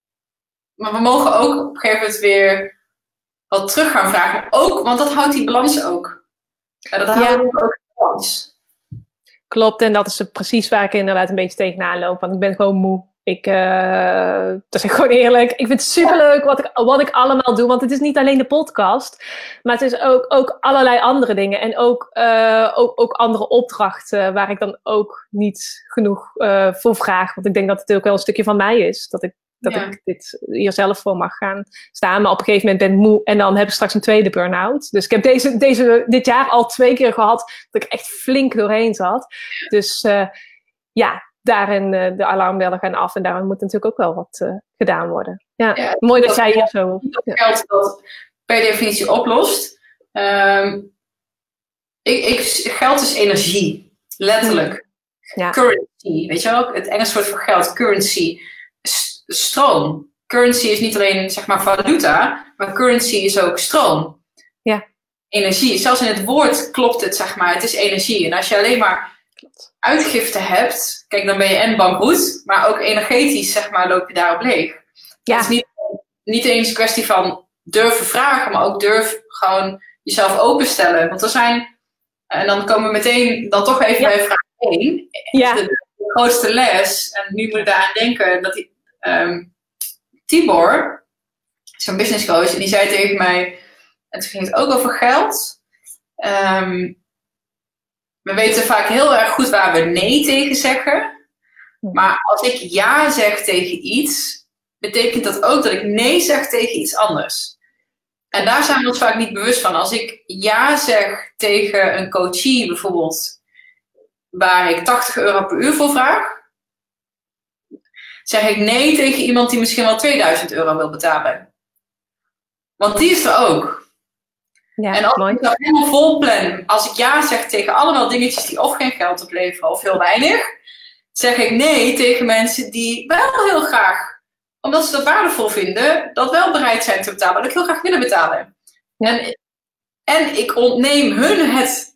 Maar we mogen ook op een gegeven moment weer wat terug gaan vragen. Ook, want dat houdt die balans ook. Ja, dat houdt ja. ook de balans. Klopt, en dat is precies waar ik inderdaad een beetje tegenaan loop. Want ik ben gewoon moe. Ik, uh, dat is gewoon eerlijk. Ik vind het superleuk wat ik, wat ik allemaal doe. Want het is niet alleen de podcast. Maar het is ook, ook allerlei andere dingen. En ook, uh, ook, ook andere opdrachten. Waar ik dan ook niet genoeg uh, voor vraag. Want ik denk dat het ook wel een stukje van mij is. Dat ik, dat ja. ik dit hier zelf voor mag gaan staan. Maar op een gegeven moment ben ik moe. En dan heb ik straks een tweede burn-out. Dus ik heb deze, deze, dit jaar al twee keer gehad. Dat ik echt flink doorheen zat. Dus uh, ja... daarin uh, de alarmbellen gaan af. En daarom moet natuurlijk ook wel wat uh, gedaan worden. Ja, ja mooi dat, dat jij hier zo... Dat geld dat per definitie oplost. Um, ik, ik, geld is energie. Letterlijk. Ja. Currency. Weet je wel? Het Engels woord voor geld. Currency. S- stroom. Currency is niet alleen zeg maar valuta. Maar currency is ook stroom. Ja. energie. Zelfs in het woord klopt het, zeg maar. Het is energie. En als je alleen maar uitgifte hebt, kijk, dan ben je en bankroet, maar ook energetisch, zeg maar, loop je daarop leeg. Ja. Het is niet, niet eens een kwestie van durven vragen, maar ook durf gewoon jezelf openstellen. Want er zijn, en dan komen we meteen dan toch even ja. bij vraag één. Ja. De, de grootste les, en nu moet ik daaraan denken, dat die, um, Tibor, zo'n business coach, en die zei tegen mij, en toen ging het ook over geld. Um, we weten vaak heel erg goed waar we nee tegen zeggen. Maar als ik ja zeg tegen iets, betekent dat ook dat ik nee zeg tegen iets anders. En daar zijn we ons vaak niet bewust van. Als ik ja zeg tegen een coachie bijvoorbeeld, waar ik tachtig euro per uur voor vraag, zeg ik nee tegen iemand die misschien wel tweeduizend euro wil betalen. Want die is er ook. Ja, en als mooi. Ik dat helemaal vol plan, als ik ja zeg tegen allemaal dingetjes die of geen geld opleveren of heel weinig, zeg ik nee tegen mensen die wel heel graag, omdat ze dat waardevol vinden, dat wel bereid zijn te betalen, dat ik heel graag willen betalen. Ja. En, en ik ontneem hun het,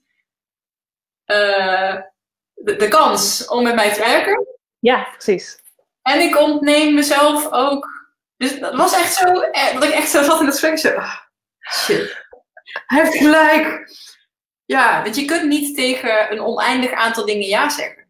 uh, de, de kans om met mij te werken. Ja, precies. En ik ontneem mezelf ook. Dus dat was echt zo, dat ik echt zo zat in het gesprek. Zo, ah, shit. Hij heeft gelijk. Ja, want je kunt niet tegen een oneindig aantal dingen ja zeggen.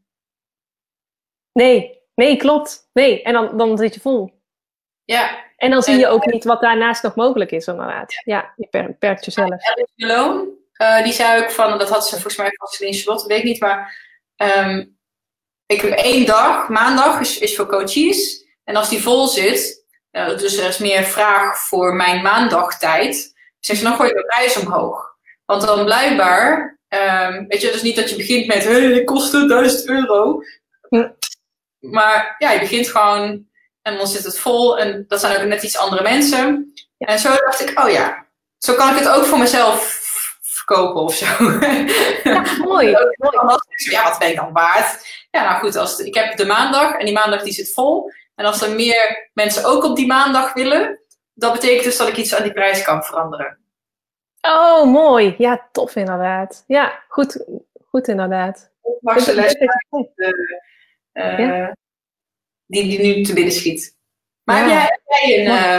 Nee, nee, klopt. Nee, en dan, dan zit je vol. Ja. En dan zie je ook niet wat daarnaast nog mogelijk is, inderdaad. Ja, je beperkt jezelf. Alice Malone, uh, die zei ook van, dat had ze volgens mij van Celine Charlotte, weet ik niet, maar um, ik heb één dag, maandag is, is voor coaches. En als die vol zit, uh, dus er is meer vraag voor mijn maandagtijd, zeg ze, dan gooi je de prijs omhoog. Want dan blijkbaar, um, weet je, dus niet dat je begint met, hé, hey, kost duizend euro. Hm. Maar ja, je begint gewoon en dan zit het vol en dat zijn ook net iets andere mensen. Ja. En zo dacht ik, oh ja, zo kan ik het ook voor mezelf verkopen of zo. Ja, mooi. Ja, wat ben ik dan waard? Ja, nou goed, als de, ik heb de maandag en die maandag die zit vol. En als er meer mensen ook op die maandag willen, dat betekent dus dat ik iets aan die prijs kan veranderen. Oh, mooi. Ja, tof inderdaad. Ja, goed, goed inderdaad. Marcel, les, uh, uh, ja. die, die nu te binnen schiet. Maar ja. heb jij een... Uh,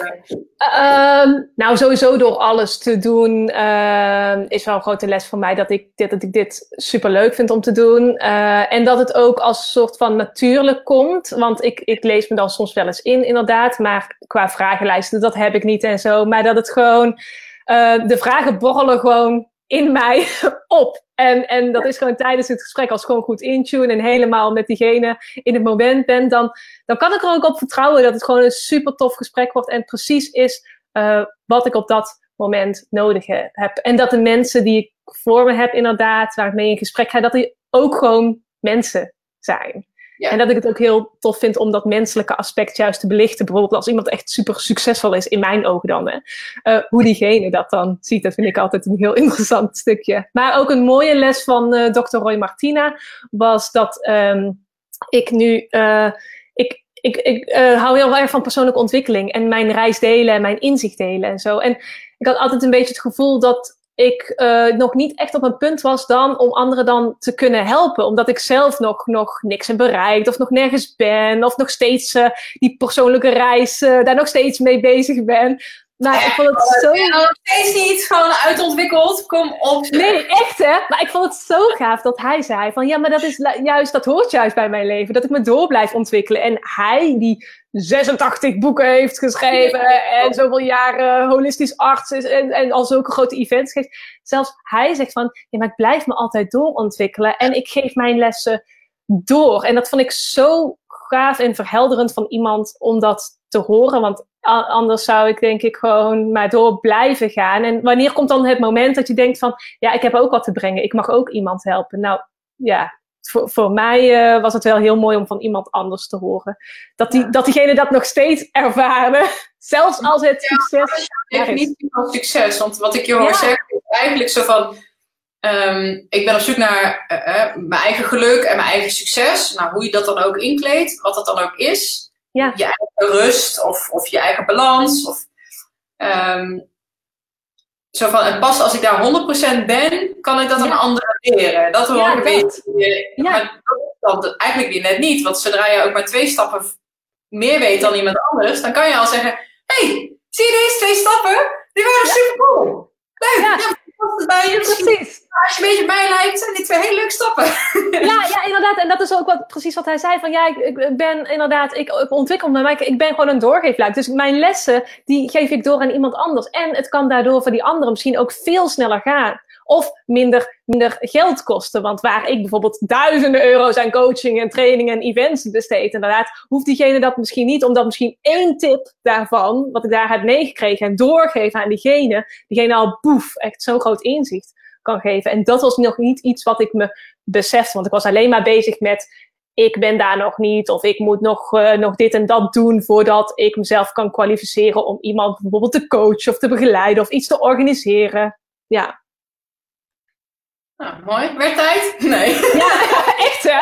uh, um, nou, sowieso door alles te doen uh, is wel een grote les voor mij dat ik dit, dat ik dit superleuk vind om te doen. Uh, en dat het ook als een soort van natuurlijk komt. Want ik, ik lees me dan soms wel eens in, inderdaad. Maar qua vragenlijsten, dat heb ik niet en zo. Maar dat het gewoon... Uh, de vragen borrelen gewoon in mij op. En, en dat is gewoon tijdens het gesprek, als ik gewoon goed intune en helemaal met diegene in het moment ben, dan, dan kan ik er ook op vertrouwen dat het gewoon een super tof gesprek wordt en precies is uh, wat ik op dat moment nodig heb. En dat de mensen die ik voor me heb inderdaad, waar ik mee in gesprek ga, dat die ook gewoon mensen zijn. Ja. En dat ik het ook heel tof vind om dat menselijke aspect juist te belichten. Bijvoorbeeld als iemand echt super succesvol is, in mijn ogen dan. Hè. Uh, hoe diegene dat dan ziet, dat vind ik altijd een heel interessant stukje. Maar ook een mooie les van uh, dokter Roy Martina was dat um, ik nu... Uh, ik, ik, ik uh, hou heel erg van persoonlijke ontwikkeling en mijn reis delen en mijn inzicht delen en zo. En ik had altijd een beetje het gevoel dat ik uh, nog niet echt op een punt was dan om anderen dan te kunnen helpen. Omdat ik zelf nog, nog niks heb bereikt of nog nergens ben. Of nog steeds uh, die persoonlijke reis uh, daar nog steeds mee bezig ben. Maar ik vond het zo... Ja, nog steeds niet gewoon uitontwikkeld. Kom op. Nee, echt hè. Maar ik vond het zo gaaf dat hij zei van... Ja, maar dat is juist, dat hoort juist bij mijn leven. Dat ik me door blijf ontwikkelen. En hij die zesentachtig boeken heeft geschreven. En zoveel jaren holistisch arts is. En, en al zulke grote events geeft. Zelfs hij zegt van... Ja, maar ik blijf me altijd doorontwikkelen. En ik geef mijn lessen door. En dat vond ik zo gaaf en verhelderend van iemand om dat te horen. Want anders zou ik denk ik gewoon maar door blijven gaan. En wanneer komt dan het moment dat je denkt van... Ja, ik heb ook wat te brengen. Ik mag ook iemand helpen. Nou, ja... Voor, voor mij uh, was het wel heel mooi om van iemand anders te horen. Dat, die, ja. dat diegene dat nog steeds ervaren. Zelfs als het ja, succes is. Definitie van succes. Want wat ik je hoor ja. zeggen is eigenlijk zo van... Um, ik ben op zoek naar uh, uh, mijn eigen geluk en mijn eigen succes. Nou, hoe je dat dan ook inkleedt. Wat dat dan ook is. Ja. Je eigen rust of, of je eigen balans. Of, um, zo van, en pas als ik daar honderd procent ben, kan ik dat aan Ja. anderen leren. Dat hoor Ja, ik een dat. beetje. Ja. Maar dat, dat eigenlijk weer net niet. Want zodra je ook maar twee stappen meer weet dan iemand anders, dan kan je al zeggen, hé, hey, zie je deze twee stappen? Die waren Ja. super cool. Leuk. Ja. Ja, past het bij je? Misschien, Precies. als je een beetje bij lijkt, zijn dit twee hele leuke stappen. Ja, ja, inderdaad. En dat is ook wat, precies wat hij zei. Van ja, ik, ik ben inderdaad, ik, ik ontwikkel me, maar ik, ik ben gewoon een doorgeefluik. Dus mijn lessen, die geef ik door aan iemand anders. En het kan daardoor voor die anderen misschien ook veel sneller gaan. Of minder, minder geld kosten. Want waar ik bijvoorbeeld duizenden euro's aan coaching en training en events besteed, inderdaad, hoeft diegene dat misschien niet. Omdat misschien één tip daarvan, wat ik daar heb meegekregen en doorgeven aan diegene, diegene al boef, echt zo'n groot inzicht kan geven. En dat was nog niet iets wat ik me besefte. Want ik was alleen maar bezig met, ik ben daar nog niet. Of ik moet nog, uh, nog dit en dat doen voordat ik mezelf kan kwalificeren om iemand bijvoorbeeld te coachen of te begeleiden of iets te organiseren. Ja. Nou, mooi. Werd tijd? Nee. Ja, echt hè?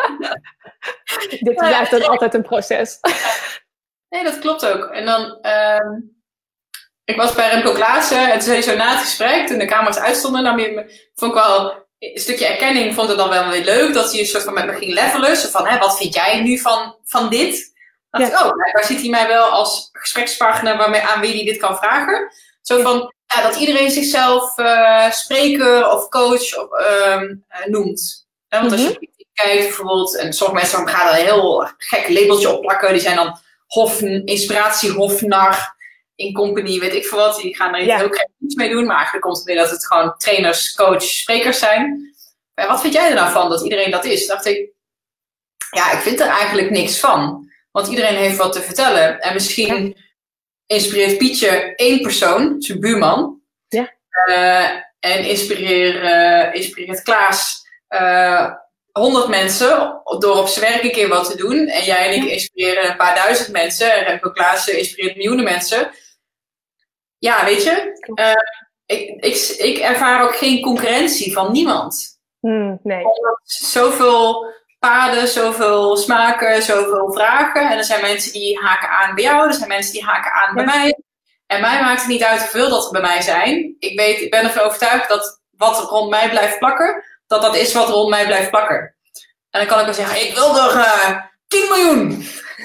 Dit blijft dan altijd een proces. Nee, dat klopt ook. En dan, uh, ik was bij Remco Klaassen en toen zei hij zo na het gesprek, toen de camera's uitstonden, dan vond ik wel een stukje erkenning, vond het dan wel weer leuk, dat hij een soort van met me ging levelen. Zo van, hè, wat vind jij nu van, van dit? Dan dacht Ja. ik, oh, daar ziet hij mij wel als gesprekspartner waarmee, aan wie hij dit kan vragen. Zo van, ja, dat iedereen zichzelf uh, spreker of coach of, um, uh, noemt. Ja, want als je mm-hmm. kijkt bijvoorbeeld, en sommige mensen gaan er een heel gek labeltje op plakken, die zijn dan hof, inspiratiehofnar in company, weet ik veel wat. Die gaan er ja. heel creatief mee doen, maar eigenlijk komt het weer dat het gewoon trainers, coach, sprekers zijn. Maar wat vind jij er nou van dat iedereen dat is? Dacht ik, ja, ik vind er eigenlijk niks van. Want iedereen heeft wat te vertellen. En misschien ja. inspireert Pietje één persoon, zijn buurman. Ja. Uh, en inspireer, uh, inspireert Klaas uh, honderd mensen door op zijn werk een keer wat te doen. En jij en ik ja. inspireren een paar duizend mensen. En Remco Klaassen inspireert miljoenen mensen. Ja, weet je. Uh, ik, ik, ik ervaar ook geen concurrentie van niemand. Hmm, nee. Omdat zoveel paden, zoveel smaken, zoveel vragen. En er zijn mensen die haken aan bij jou. Er zijn mensen die haken aan ja. bij mij. En mij maakt het niet uit hoeveel dat er bij mij zijn. Ik, weet, ik ben ervan overtuigd dat wat rond mij blijft plakken, dat dat is wat rond mij blijft plakken. En dan kan ik wel zeggen, ik wil er uh, tien miljoen.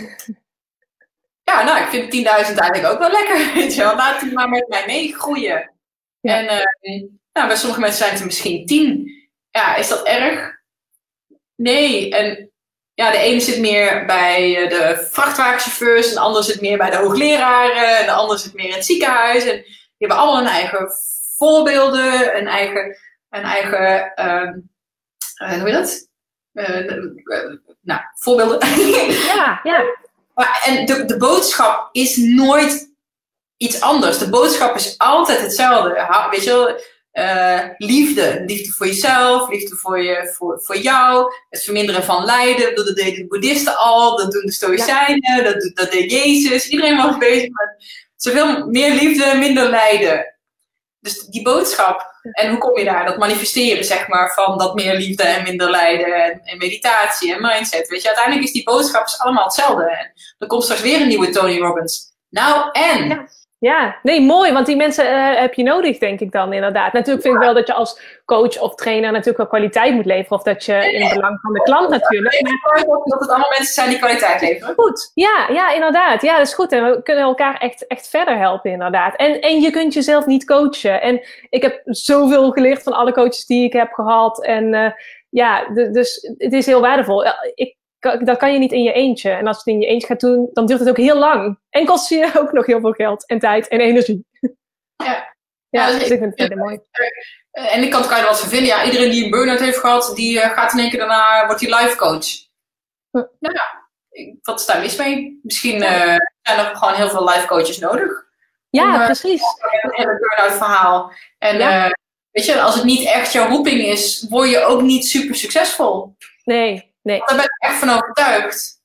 Ja, nou, ik vind tienduizend eigenlijk ook wel lekker. Weet je wel. Laat die maar met mij meegroeien. Ja. En uh, nou, bij sommige mensen zijn het er misschien tien. Ja, is dat erg? Nee. En ja, de ene zit meer bij de vrachtwagenchauffeurs, en de ander zit meer bij de hoogleraren, en de ander zit meer in het ziekenhuis. En die hebben allemaal hun eigen voorbeelden, een eigen, een eigen uh, uh, hoe heet dat? Uh, uh, nou, voorbeelden. Ja, ja. Maar, en de, de boodschap is nooit iets anders. De boodschap is altijd hetzelfde. Ha, weet je wel? Uh, liefde. Liefde voor jezelf, liefde voor, je, voor, voor jou. Het verminderen van lijden. Dat deden de boeddhisten al, dat doen de stoïcijnen, ja. dat, dat deed Jezus. Iedereen was bezig met zoveel meer liefde, minder lijden. Dus die boodschap. En hoe kom je daar? Dat manifesteren, zeg maar, van dat meer liefde en minder lijden en, en meditatie en mindset. Weet je, uiteindelijk is die boodschap is allemaal hetzelfde. En er komt straks weer een nieuwe Tony Robbins. Nou, en... Ja. Ja, nee, mooi, want die mensen uh, heb je nodig, denk ik dan inderdaad. Natuurlijk vind ik wel dat je als coach of trainer natuurlijk wel kwaliteit moet leveren. Of dat je in het belang van de klant natuurlijk. Maar dat het allemaal mensen zijn die kwaliteit leveren. Goed, ja, ja, inderdaad. Ja, dat is goed. En we kunnen elkaar echt, echt verder helpen, inderdaad. En, en je kunt jezelf niet coachen. En ik heb zoveel geleerd van alle coaches die ik heb gehad. En uh, ja, de, dus het is heel waardevol. Ik Dat kan je niet in je eentje. En als je het in je eentje gaat doen, dan duurt het ook heel lang. En kost je ook nog heel veel geld en tijd en energie. Ja, ja, dus ik vind het heel mooi. En ik kan er wat van vinden. Ja, iedereen die een burn-out heeft gehad, die uh, gaat in één keer daarna, wordt die life coach. Hm. Nou ja, wat is daar mis mee? Misschien uh, zijn er gewoon heel veel life coaches nodig. Ja, om, uh, precies. Een hele burn-out verhaal. En ja. uh, weet je, als het niet echt jouw roeping is, word je ook niet super succesveel. Nee. Nee. Daar ben ik echt van overtuigd.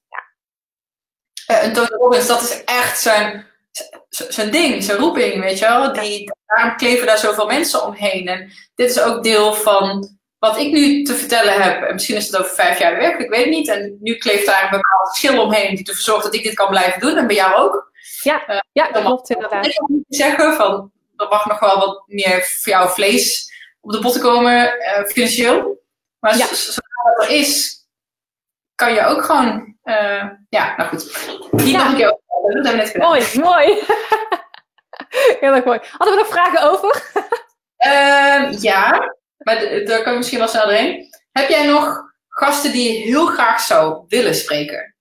Ja. Uh, en Tony Robbins, dat is echt zijn, zijn ding, zijn roeping, weet je wel. Die, daarom kleven daar zoveel mensen omheen. En dit is ook deel van wat ik nu te vertellen heb. En misschien is het over vijf jaar weg, ik weet het niet. En nu kleeft daar een bepaald verschil omheen die ervoor zorgt dat ik dit kan blijven doen. En bij jou ook. Ja, uh, ja dat klopt inderdaad. Ik kan niet zeggen van er mag nog wel wat meer voor jou vlees op de botten komen, uh, financieel. Maar ja. zodra dat er is, kan je ook gewoon, uh, ja, nou goed. Niet ja. nog een keer over, dat hebben we net gedaan. Mooi, mooi. Heel erg mooi. Hadden we nog vragen over? uh, ja, maar d- daar kan je misschien wel snel doorheen. Heb jij nog gasten die je heel graag zou willen spreken?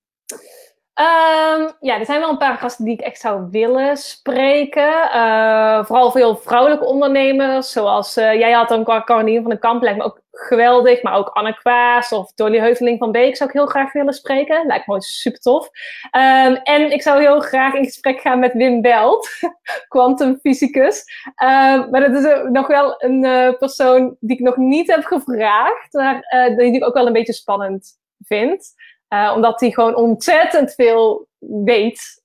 Um, ja, er zijn wel een paar gasten die ik echt zou willen spreken. Uh, vooral veel vrouwelijke ondernemers. Zoals uh, jij had dan Caroline van den Kamp. Lijkt me ook geweldig. Maar ook Anne Kwaas of Dolly Heuveling van Beek zou ik heel graag willen spreken. Lijkt me super tof. Um, en ik zou heel graag in gesprek gaan met Wim Belt. Quantumfysicus. Um, maar dat is uh, nog wel een uh, persoon die ik nog niet heb gevraagd. Maar uh, die ik ook wel een beetje spannend vind. Uh, omdat hij gewoon ontzettend veel weet.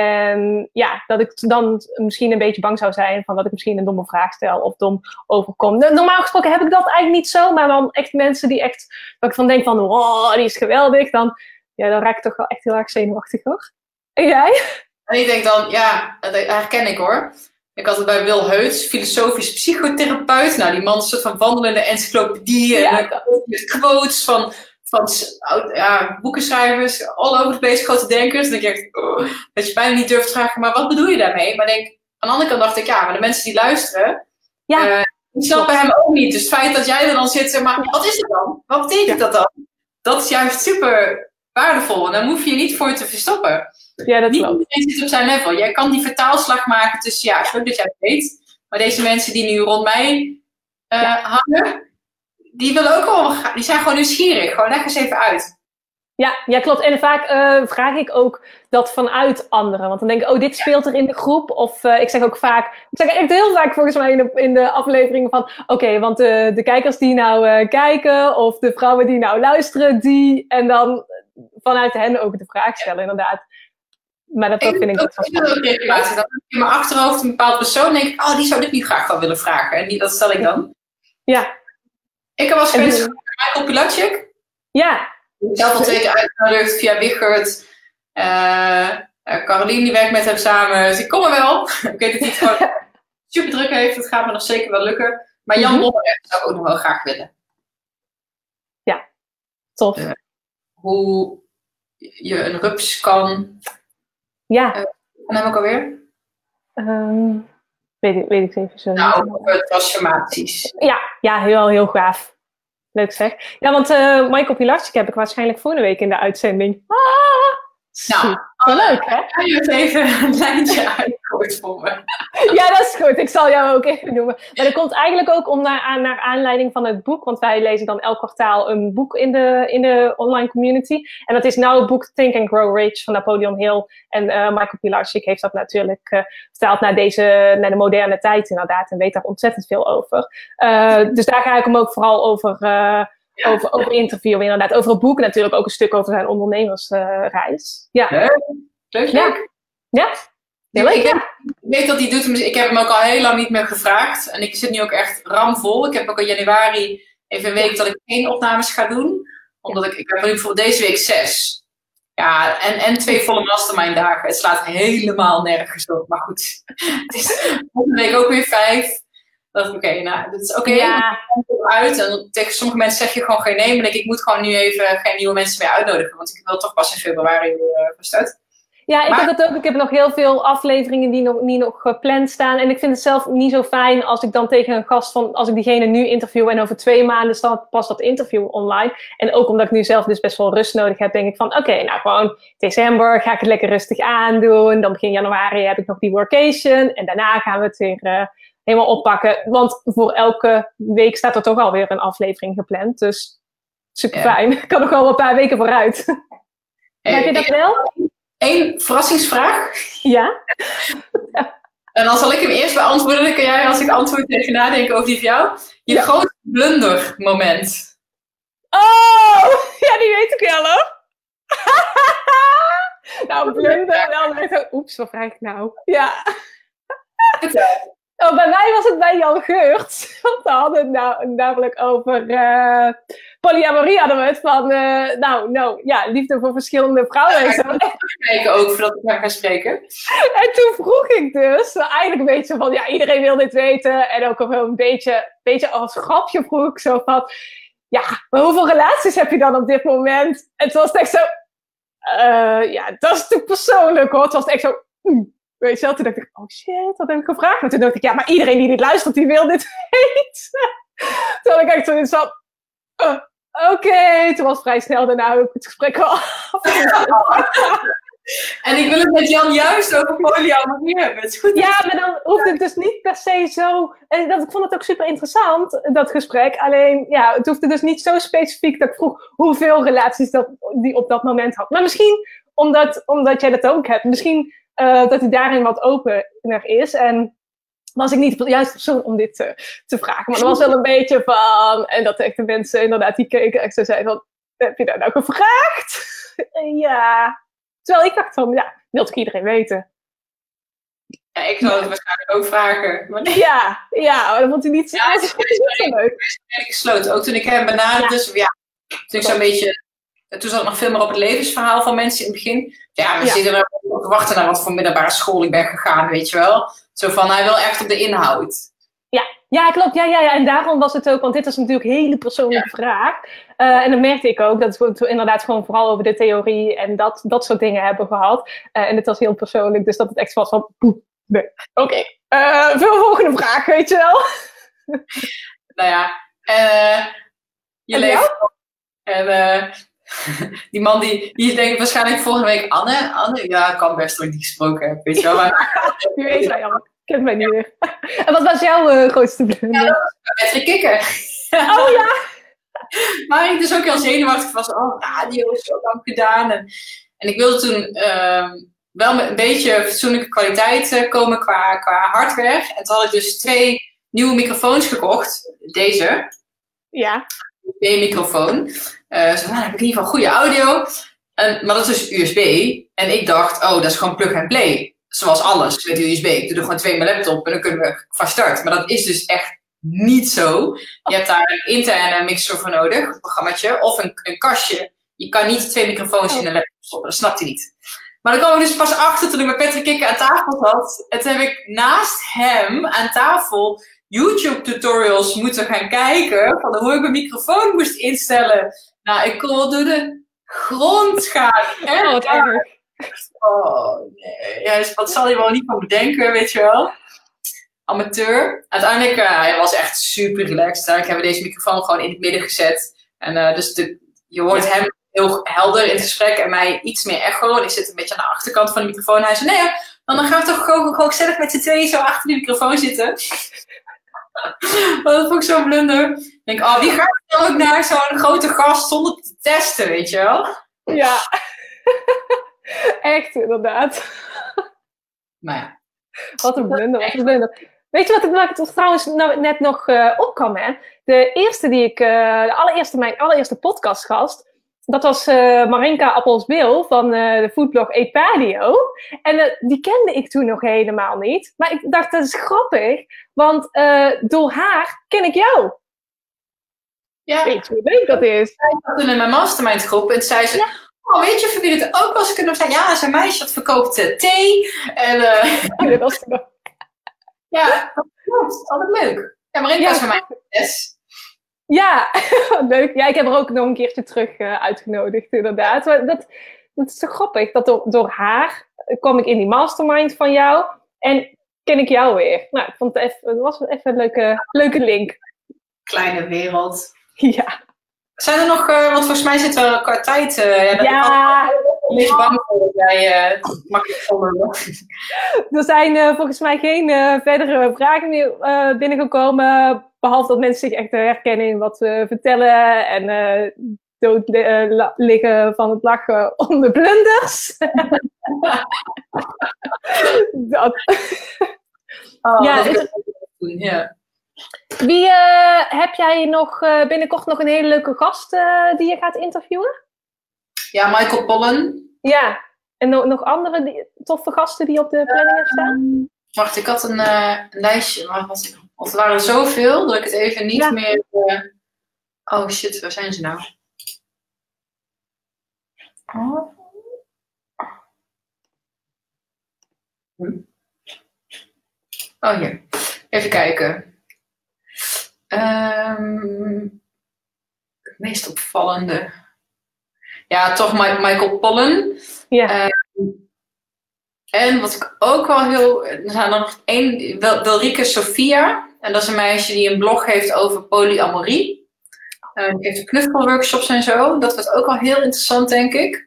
En ja, dat ik dan misschien een beetje bang zou zijn van dat ik misschien een domme vraag stel of dom overkom. Normaal gesproken heb ik dat eigenlijk niet zo, maar dan echt mensen die echt, dat ik van denk van, wow, die is geweldig, dan, ja, dan raak ik toch wel echt heel erg zenuwachtig hoor. En jij? En ik denk dan, ja, dat herken ik hoor. Ik had het bij Wil Heuts, filosofisch psychotherapeut. Nou, die man is een soort van wandelende encyclopedie ja, en uh, quotes van... van ja, boekenschrijvers, all over the place, grote denkers. Dan denk ik, oh, dat je bijna niet durft te vragen, maar wat bedoel je daarmee? Maar denk, aan de andere kant dacht ik, ja, maar de mensen die luisteren, ja. uh, die snappen hem ook niet. Dus het feit dat jij er dan zit, zeg maar, wat is het dan? Wat betekent ja. dat dan? Dat is juist super waardevol. En daar hoef je je niet voor te verstoppen. Ja, dat niet klopt. iedereen zit op zijn level. Jij kan die vertaalslag maken tussen, ja, leuk dat jij het weet, maar deze mensen die nu rond mij uh, ja. hangen, die willen ook wel, die zijn gewoon nieuwsgierig. Gewoon leg eens even uit. Ja, ja klopt. En vaak uh, vraag ik ook dat vanuit anderen. Want dan denk ik, oh, dit speelt er in de groep. Of uh, ik zeg ook vaak, ik zeg echt heel vaak volgens mij in de, in de afleveringen van, oké, okay, want de, de kijkers die nou uh, kijken, of de vrouwen die nou luisteren, die. En dan vanuit hen ook de vraag stellen, inderdaad. Maar dat, dat vind ik ook wel spannend. Dan heb je in mijn achterhoofd een bepaald persoon, denk ik, oh, die zou dit niet graag wel willen vragen. En die, dat stel ik dan. Ja. Ik heb als eens van Michael Pilatschik. Ja. Zelf al twee keer uitgenodigd via Wichert. Uh, uh, Caroline die werkt met hem samen. Dus ik kom er wel. Ik weet dat hij het gewoon super druk heeft. Dat gaat me nog zeker wel lukken. Maar Jan mm-hmm. Bommer zou ik ook nog wel graag willen. Ja, tof. Uh, hoe je een rups kan... Ja. Uh, en hem ook alweer? Um, weet, ik, weet ik even zo. Nou, over transformaties. Ja, ja, heel, heel gaaf. Leuk zeg. Ja, want uh, Michael Pilatschik heb ik waarschijnlijk volgende week in de uitzending. Ah, nou, super leuk hè? Kan je even een lijntje uitkort voor me? Ja, dat is goed. Ik zal jou ook even noemen. Maar dat komt eigenlijk ook om naar, naar aanleiding van het boek. Want wij lezen dan elk kwartaal een boek in de, in de online community. En dat is nou het boek Think and Grow Rich van Napoleon Hill. En uh, Michael Pilatschik heeft dat natuurlijk uh, vertaald naar, deze, naar de moderne tijd inderdaad. En weet daar ontzettend veel over. Uh, dus daar ga ik hem ook vooral over... Uh, Ja. Over, over interviewen inderdaad. Over het boek natuurlijk ook een stuk over zijn ondernemersreis. Uh, ja. Leuk. Leuk, leuk. Ja. Ja. Leuk, ik, ja. ik weet dat hij doet. Ik heb hem ook al heel lang niet meer gevraagd. En ik zit nu ook echt ramvol. Ik heb ook in januari even een week dat ik geen opnames ga doen. Omdat ik, ik heb nu bijvoorbeeld deze week zes. Ja, en, en twee volle mastermind dagen. Het slaat helemaal nergens op. Maar goed. Het is volgende week ook weer vijf. Dat oké, okay, nou, dat is oké. Okay, ja. Uit. En tegen sommige mensen zeg je gewoon geen nee. Maar ik, ik moet gewoon nu even geen nieuwe mensen meer uitnodigen. Want ik wil toch pas in februari uh, verstuit. Ja, ik maar... heb dat ook. Ik heb nog heel veel afleveringen die nog, die nog gepland staan. En ik vind het zelf niet zo fijn als ik dan tegen een gast van... Als ik diegene nu interview en over twee maanden staat pas dat interview online. En ook omdat ik nu zelf dus best wel rust nodig heb, denk ik van... Oké, okay, nou gewoon december ga ik het lekker rustig aandoen. Dan begin januari heb ik nog die workation. En daarna gaan we het weer... Uh, helemaal oppakken. Want voor elke week staat er toch alweer een aflevering gepland. Dus super fijn. Ik kan nog wel een paar weken vooruit. Hey, heb je dat wel? Eén verrassingsvraag. Ja. En dan zal ik hem eerst beantwoorden. Dan kan jij als ik antwoord even nadenken over die van jou. Je ja. grootste blunder moment. Oh! Ja, die weet ik wel hoor. Nou, blunder. Dan weet ik, oeps, wat vraag ik nou? Ja. Nou, bij mij was het bij Jan Geurts. Want we hadden het nou, namelijk over uh, polyamorie hadden we het van, uh, nou, nou, ja, liefde voor verschillende vrouwen. En zo. Kijken ook voordat ik maar ga spreken. En toen vroeg ik dus, eigenlijk een beetje van, ja, iedereen wil dit weten. En ook wel een beetje, beetje als grapje vroeg ik zo van, ja, maar hoeveel relaties heb je dan op dit moment? En toen was het echt zo, uh, ja, dat is te persoonlijk hoor. Toen was het echt zo, mm. Weet je wel, toen dacht ik, oh shit, wat heb ik gevraagd? En toen dacht ik, ja, maar iedereen die dit luistert, die wil dit weten. Toen had ik echt zoiets van, uh, oké. Okay. Toen was vrij snel daarna ook het gesprek al af. En ik wil het met Jan juist over polyamorie hebben. Het is goed. Ja, maar dan hoeft het dus niet per se zo... En dat, ik vond het ook super interessant, dat gesprek. Alleen, ja, het hoefde dus niet zo specifiek dat ik vroeg hoeveel relaties dat, die op dat moment had. Maar misschien, omdat, omdat jij dat ook hebt, misschien... Uh, dat hij daarin wat opener is. En was ik niet de juiste persoon om dit te, te vragen. Maar er was wel een beetje van... En dat echt de mensen inderdaad die keken echt zo zeiden van... Heb je dat nou gevraagd? Ja. Terwijl ik dacht van... Ja, wil toch iedereen weten? Ja, ik zou het waarschijnlijk ook vragen. Maar nee. Ja, ja. Maar dat vond hij niet zo, ja, het is niet zo leuk. Ik gesloten. Ook toen ik hem benaderde. Ja. Dus ja, toen ik zo'n beetje... Toen zat ik nog veel meer op het levensverhaal van mensen in het begin. Ja, we ja. zitten er op te wachten naar wat voor middelbare school ik ben gegaan, weet je wel. Zo van, hij wil echt op de inhoud. Ja, ja klopt. Ja, ja, ja. En daarom was het ook, want dit is natuurlijk een hele persoonlijke ja. vraag. Uh, en dan merkte ik ook dat we inderdaad gewoon vooral over de theorie en dat, dat soort dingen hebben gehad. Uh, en het was heel persoonlijk, dus dat het echt was van, nee, oké. Okay. Uh, veel volgende vraag, weet je wel. Nou ja, uh, je en leeft... En... Uh, die man die, die denkt waarschijnlijk volgende week Anne. Anne, ja, kan best dat ik die gesproken heb, weet je wel. Maar... Je weet wel, Jan. Ik ken mij niet meer. En wat was jouw uh, grootste blunder? Ja, dat was Patrick Kikker. Oh ja! Maar ik dus ook heel zenuwachtig was. Oh, radio is zo lang gedaan. En, en ik wilde toen uh, wel met een beetje fatsoenlijke kwaliteit uh, komen qua, qua hardware. En toen had ik dus twee nieuwe microfoons gekocht. Deze. Ja. Een microfoon. Uh, zo, nou, dan heb ik in ieder geval goede audio. En, maar dat is dus U S B. En ik dacht, oh, dat is gewoon plug and play. Zoals alles met U S B. Ik doe er gewoon twee in mijn laptop en dan kunnen we van start. Maar dat is dus echt niet zo. Je hebt daar een interne mixer voor nodig, een programmaatje, of een, een kastje. Je kan niet twee microfoons in een laptop stoppen, dat snapt hij niet. Maar dan kwam ik dus pas achter toen ik met Patrick Kikker aan tafel zat. En toen heb ik naast hem aan tafel YouTube tutorials moeten gaan kijken van hoe ik mijn microfoon moest instellen. Nou, ik kon wel door de grond gaan. Oh, wat erg. Oh, nee. Ja, dus wat zal hij wel niet van bedenken, weet je wel. Amateur. Uiteindelijk, uh, hij was echt super relaxed. Uiteindelijk hebben we deze microfoon gewoon in het midden gezet. En uh, dus de, je hoort hem heel helder in het gesprek en mij iets meer echo. En ik zit een beetje aan de achterkant van de microfoon. En hij zei, nee, dan gaan we toch gewoon, gewoon gezellig met z'n tweeën zo achter die microfoon zitten. Dat vond ik zo'n blunder. Ik denk, oh, wie gaat dan ook naar zo'n grote gast zonder te testen, weet je wel? Ja. Echt, inderdaad. Maar ja. Wat een blunder, wat een blunder. Weet je wat ik, wat ik trouwens nou net nog uh, opkwam, hè? De eerste die ik, uh, de allereerste, mijn allereerste podcastgast, dat was uh, Marinka Appelsbil van uh, de foodblog Epadio. En uh, die kende ik toen nog helemaal niet. Maar ik dacht, dat is grappig, want uh, door haar ken ik jou. Ja. Weet je hoe leuk dat is? Ik zat toen in mijn mastermind groep en zei ze... Ja. Oh, weet je voor wie het ook was kunnen zijn? Ja, zijn meisje dat verkoopt uh, thee. En, uh... ja, dat was het. Ja, dat klopt. Altijd leuk. Ja, Marinka ja, is voor mij yes. Ja, leuk. Ja, ik heb er ook nog een keertje terug uh, uitgenodigd, inderdaad. Maar dat, dat is zo grappig. Dat door, door haar kwam ik in die mastermind van jou. En ken ik jou weer. Nou, ik vond het even, het was even een leuke, leuke link. Kleine wereld. Ja. Zijn er nog, uh, want volgens mij zit er qua tijd... Uh, ja, dat ja. Ik ben bang voor dat jij uh, makkelijk vonden. Er zijn uh, volgens mij geen uh, verdere vragen meer uh, binnengekomen. Behalve dat mensen zich echt herkennen in wat we vertellen. En uh, dood uh, la- liggen van het lachen om de blunders. dat. Oh, ja, dat is... doen, ja. Wie uh, heb jij nog uh, binnenkort nog een hele leuke gast uh, die je gaat interviewen? Ja, Michael Pollan. Ja, en no- nog andere die, toffe gasten die op de planning hebben staan? Wacht, ik had een, uh, een lijstje. Maar was ik, want er waren zoveel dat ik het even niet ja. meer... Uh... Oh shit, waar zijn ze nou? Oh. Hm. Oh, hier. Even kijken. Um, het meest opvallende. Ja, toch Michael Pollan. Ja. Um, en wat ik ook wel heel... Er zijn er nog één, Welrike Sophia. En dat is een meisje die een blog heeft over polyamorie. Uh, die heeft knuffelworkshops en zo. Dat wordt ook wel heel interessant, denk ik.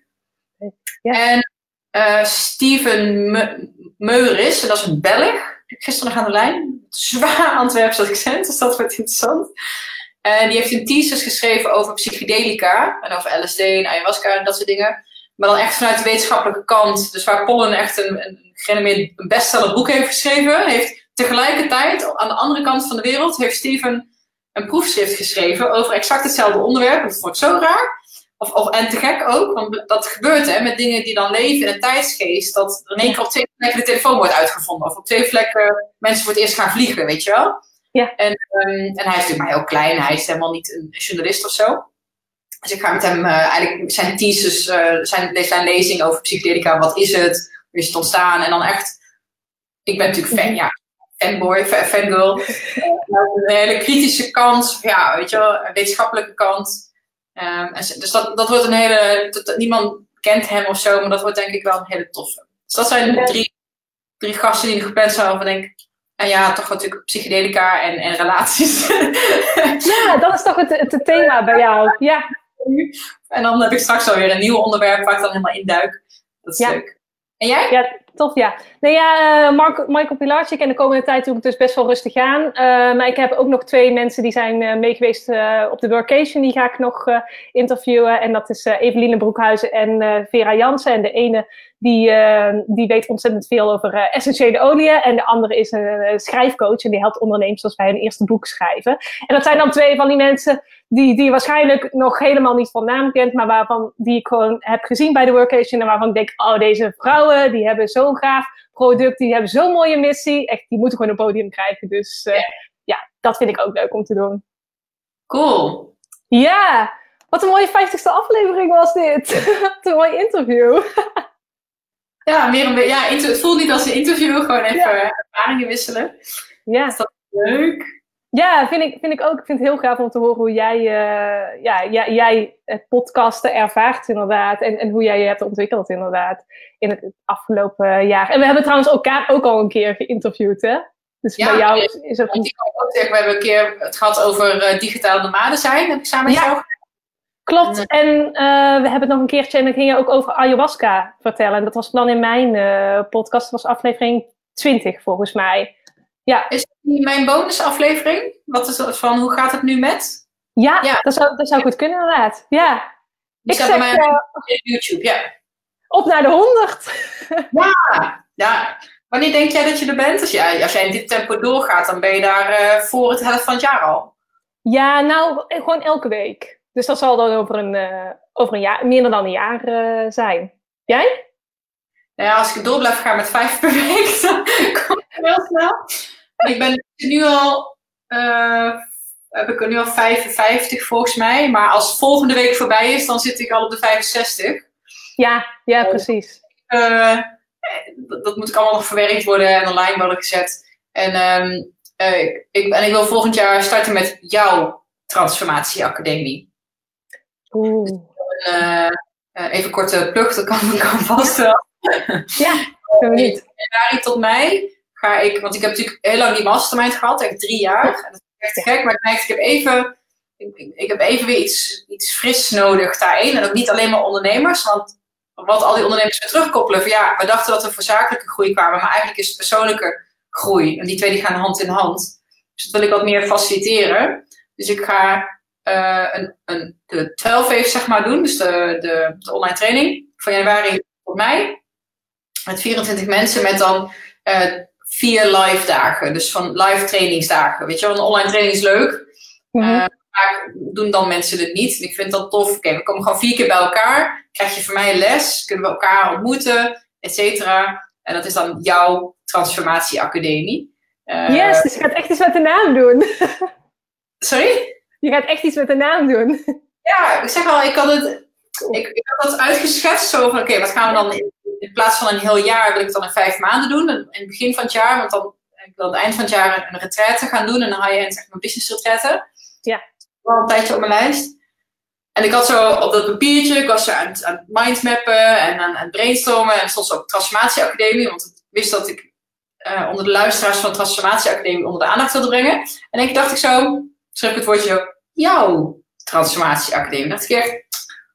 Ja. En uh, Steven Meuris, dat is een Belg. Gisteren nog aan de lijn. Zwaar Antwerps accent, dus dat wordt interessant. En die heeft een thesis geschreven over psychedelica. En over L S D en ayahuasca en dat soort dingen. Maar dan echt vanuit de wetenschappelijke kant. Dus waar Pollan echt een, een, een, een bestseller boek heeft geschreven. Heeft tegelijkertijd, aan de andere kant van de wereld, heeft Steven een proefschrift geschreven over exact hetzelfde onderwerp. Dat wordt zo raar. Of, of, en te gek ook, want dat gebeurt hè, met dingen die dan leven in een tijdsgeest. Dat er in één keer op twee plekken de telefoon wordt uitgevonden. Of op twee plekken mensen voor het eerst gaan vliegen, weet je wel. Ja. En, um, en hij is natuurlijk maar heel klein. Hij is helemaal niet een journalist of zo. Dus ik ga met hem uh, eigenlijk zijn thesis, uh, zijn, zijn lezing over psychedelica. Wat is het? Hoe is het ontstaan? En dan echt, ik ben natuurlijk fan, ja. Fanboy, fangirl. Een hele kritische kant, ja, weet je wel, een wetenschappelijke kant. Um, en, dus dat, dat wordt een hele, dat, niemand kent hem of zo, maar dat wordt denk ik wel een hele toffe. Dus dat zijn de drie, drie gasten die er gepland zijn over, denk ik. En ja, toch natuurlijk psychedelica en, en relaties. Ja, dat is toch het, het thema bij jou. Ja. En dan heb ik straks alweer een nieuw onderwerp waar ik dan helemaal induik. Dat is ja. leuk. En jij? Ja, tof, ja. Nee, ja, Mark, Michael Pilarczyk. En de komende tijd doe ik het dus best wel rustig aan. Uh, maar ik heb ook nog twee mensen die zijn uh, meegeweest uh, op de workation. Die ga ik nog uh, interviewen. En dat is uh, Eveline Broekhuizen en uh, Vera Jansen. En de ene die, uh, die weet ontzettend veel over uh, essentiële oliën. En de andere is een uh, schrijfcoach. En die helpt ondernemers als bij hun eerste boek schrijven. En dat zijn dan twee van die mensen die, die je waarschijnlijk nog helemaal niet van naam kent. Maar waarvan die ik gewoon heb gezien bij de workation. En waarvan ik denk, oh, deze vrouwen die hebben zo'n gaaf product. Die hebben zo'n mooie missie. Echt, die moeten gewoon een podium krijgen. Dus uh, ja. ja, dat vind ik ook leuk om te doen. Cool. Ja, wat een mooie vijftigste aflevering was dit. Wat een mooi interview. Ja, meer een, ja, het voelt niet als een interview. Gewoon even ja. ervaringen wisselen. Ja. Is dat leuk? Ja, vind ik, vind ik ook. Ik vind het heel gaaf om te horen hoe jij, uh, ja, jij, jij het podcasten ervaart inderdaad. En, en hoe jij je hebt ontwikkeld inderdaad in het, het afgelopen jaar. En we hebben trouwens elkaar ook al een keer geïnterviewd, hè? Dus ja, bij jou is, is het... Ik kan ook zeggen, we hebben een keer het gehad over uh, digitale nomaden zijn. Heb ik samen met ja. jou. Klopt. En uh, we hebben het nog een keertje en dan ging je ook over ayahuasca vertellen. En dat was dan in mijn uh, podcast. Dat was aflevering twintig volgens mij. Ja. Is die mijn bonusaflevering? Wat is dat van, hoe gaat het nu met? Ja, ja. Dat, zou, dat zou goed kunnen inderdaad. Ja. Die staat bij mij uh, op YouTube, ja. Op naar de honderd. Ja, ja. Wanneer denk jij dat je er bent? Dus ja, als jij in dit tempo doorgaat, dan ben je daar uh, voor het helft van het jaar al. Ja, nou, gewoon elke week. Dus dat zal dan over een, uh, over een jaar, minder dan een jaar uh, zijn. Jij? Nou ja, als ik door blijf gaan met vijf per week, dan kom ik heel snel. Ik ben nu al, uh, heb ik er nu al vijfenvijftig volgens mij. Maar als volgende week voorbij is, dan zit ik al op de vijfenzestig. Ja, ja, precies. Uh, dat, dat moet allemaal nog verwerkt worden en online worden gezet. En, um, uh, ik, en ik wil volgend jaar starten met jouw transformatieacademie. Oeh. Dus, uh, uh, even korte plug, dat kan, kan vast wel. Ja, dat weet ik. Januari tot mei ga ik, want ik heb natuurlijk heel lang die mastermind gehad, echt drie jaar. En dat is echt te gek, maar ik merk, ik heb even, ik, ik heb even weer iets, iets fris nodig daarin. En ook niet alleen maar ondernemers, want wat al die ondernemers weer terugkoppelen, van ja, we dachten dat we voor zakelijke groei kwamen, maar eigenlijk is het persoonlijke groei. En die twee die gaan hand in hand. Dus dat wil ik wat meer faciliteren. Dus ik ga uh, een, een, de twaalf wave zeg maar doen, dus de, de, de online training van januari tot mei. Met vierentwintig mensen met dan uh, vier live dagen. Dus van live trainingsdagen. Weet je wel, een online training is leuk. Mm-hmm. Uh, maar doen dan mensen het niet. En ik vind dat tof. Oké, okay, we komen gewoon vier keer bij elkaar. Krijg je van mij les. Kunnen we elkaar ontmoeten. Et cetera. En dat is dan jouw Transformatie Academie. Uh, yes, dus je gaat echt iets met de naam doen. Sorry? Je gaat echt iets met de naam doen. Ja, ik zeg al, ik had het, ik, ik had het uitgeschetst. Zo van, oké, okay, wat gaan we dan in, in plaats van een heel jaar, wil ik het dan in vijf maanden doen. In het begin van het jaar, want dan ik wil aan het eind van het jaar een, een retraite gaan doen. En dan ga je in, zeg maar, business retraite. Ja. Wel een tijdje op mijn lijst. En ik had zo op dat papiertje, ik was zo aan het, aan het mindmappen en aan, aan het brainstormen. En stond zo op Transformatie Academie, want ik wist dat ik uh, onder de luisteraars van Transformatie Academie onder de aandacht wilde brengen. En ik dacht ik zo, schreef ik het woordje zo, jouw Transformatie Academie. dacht ik echt,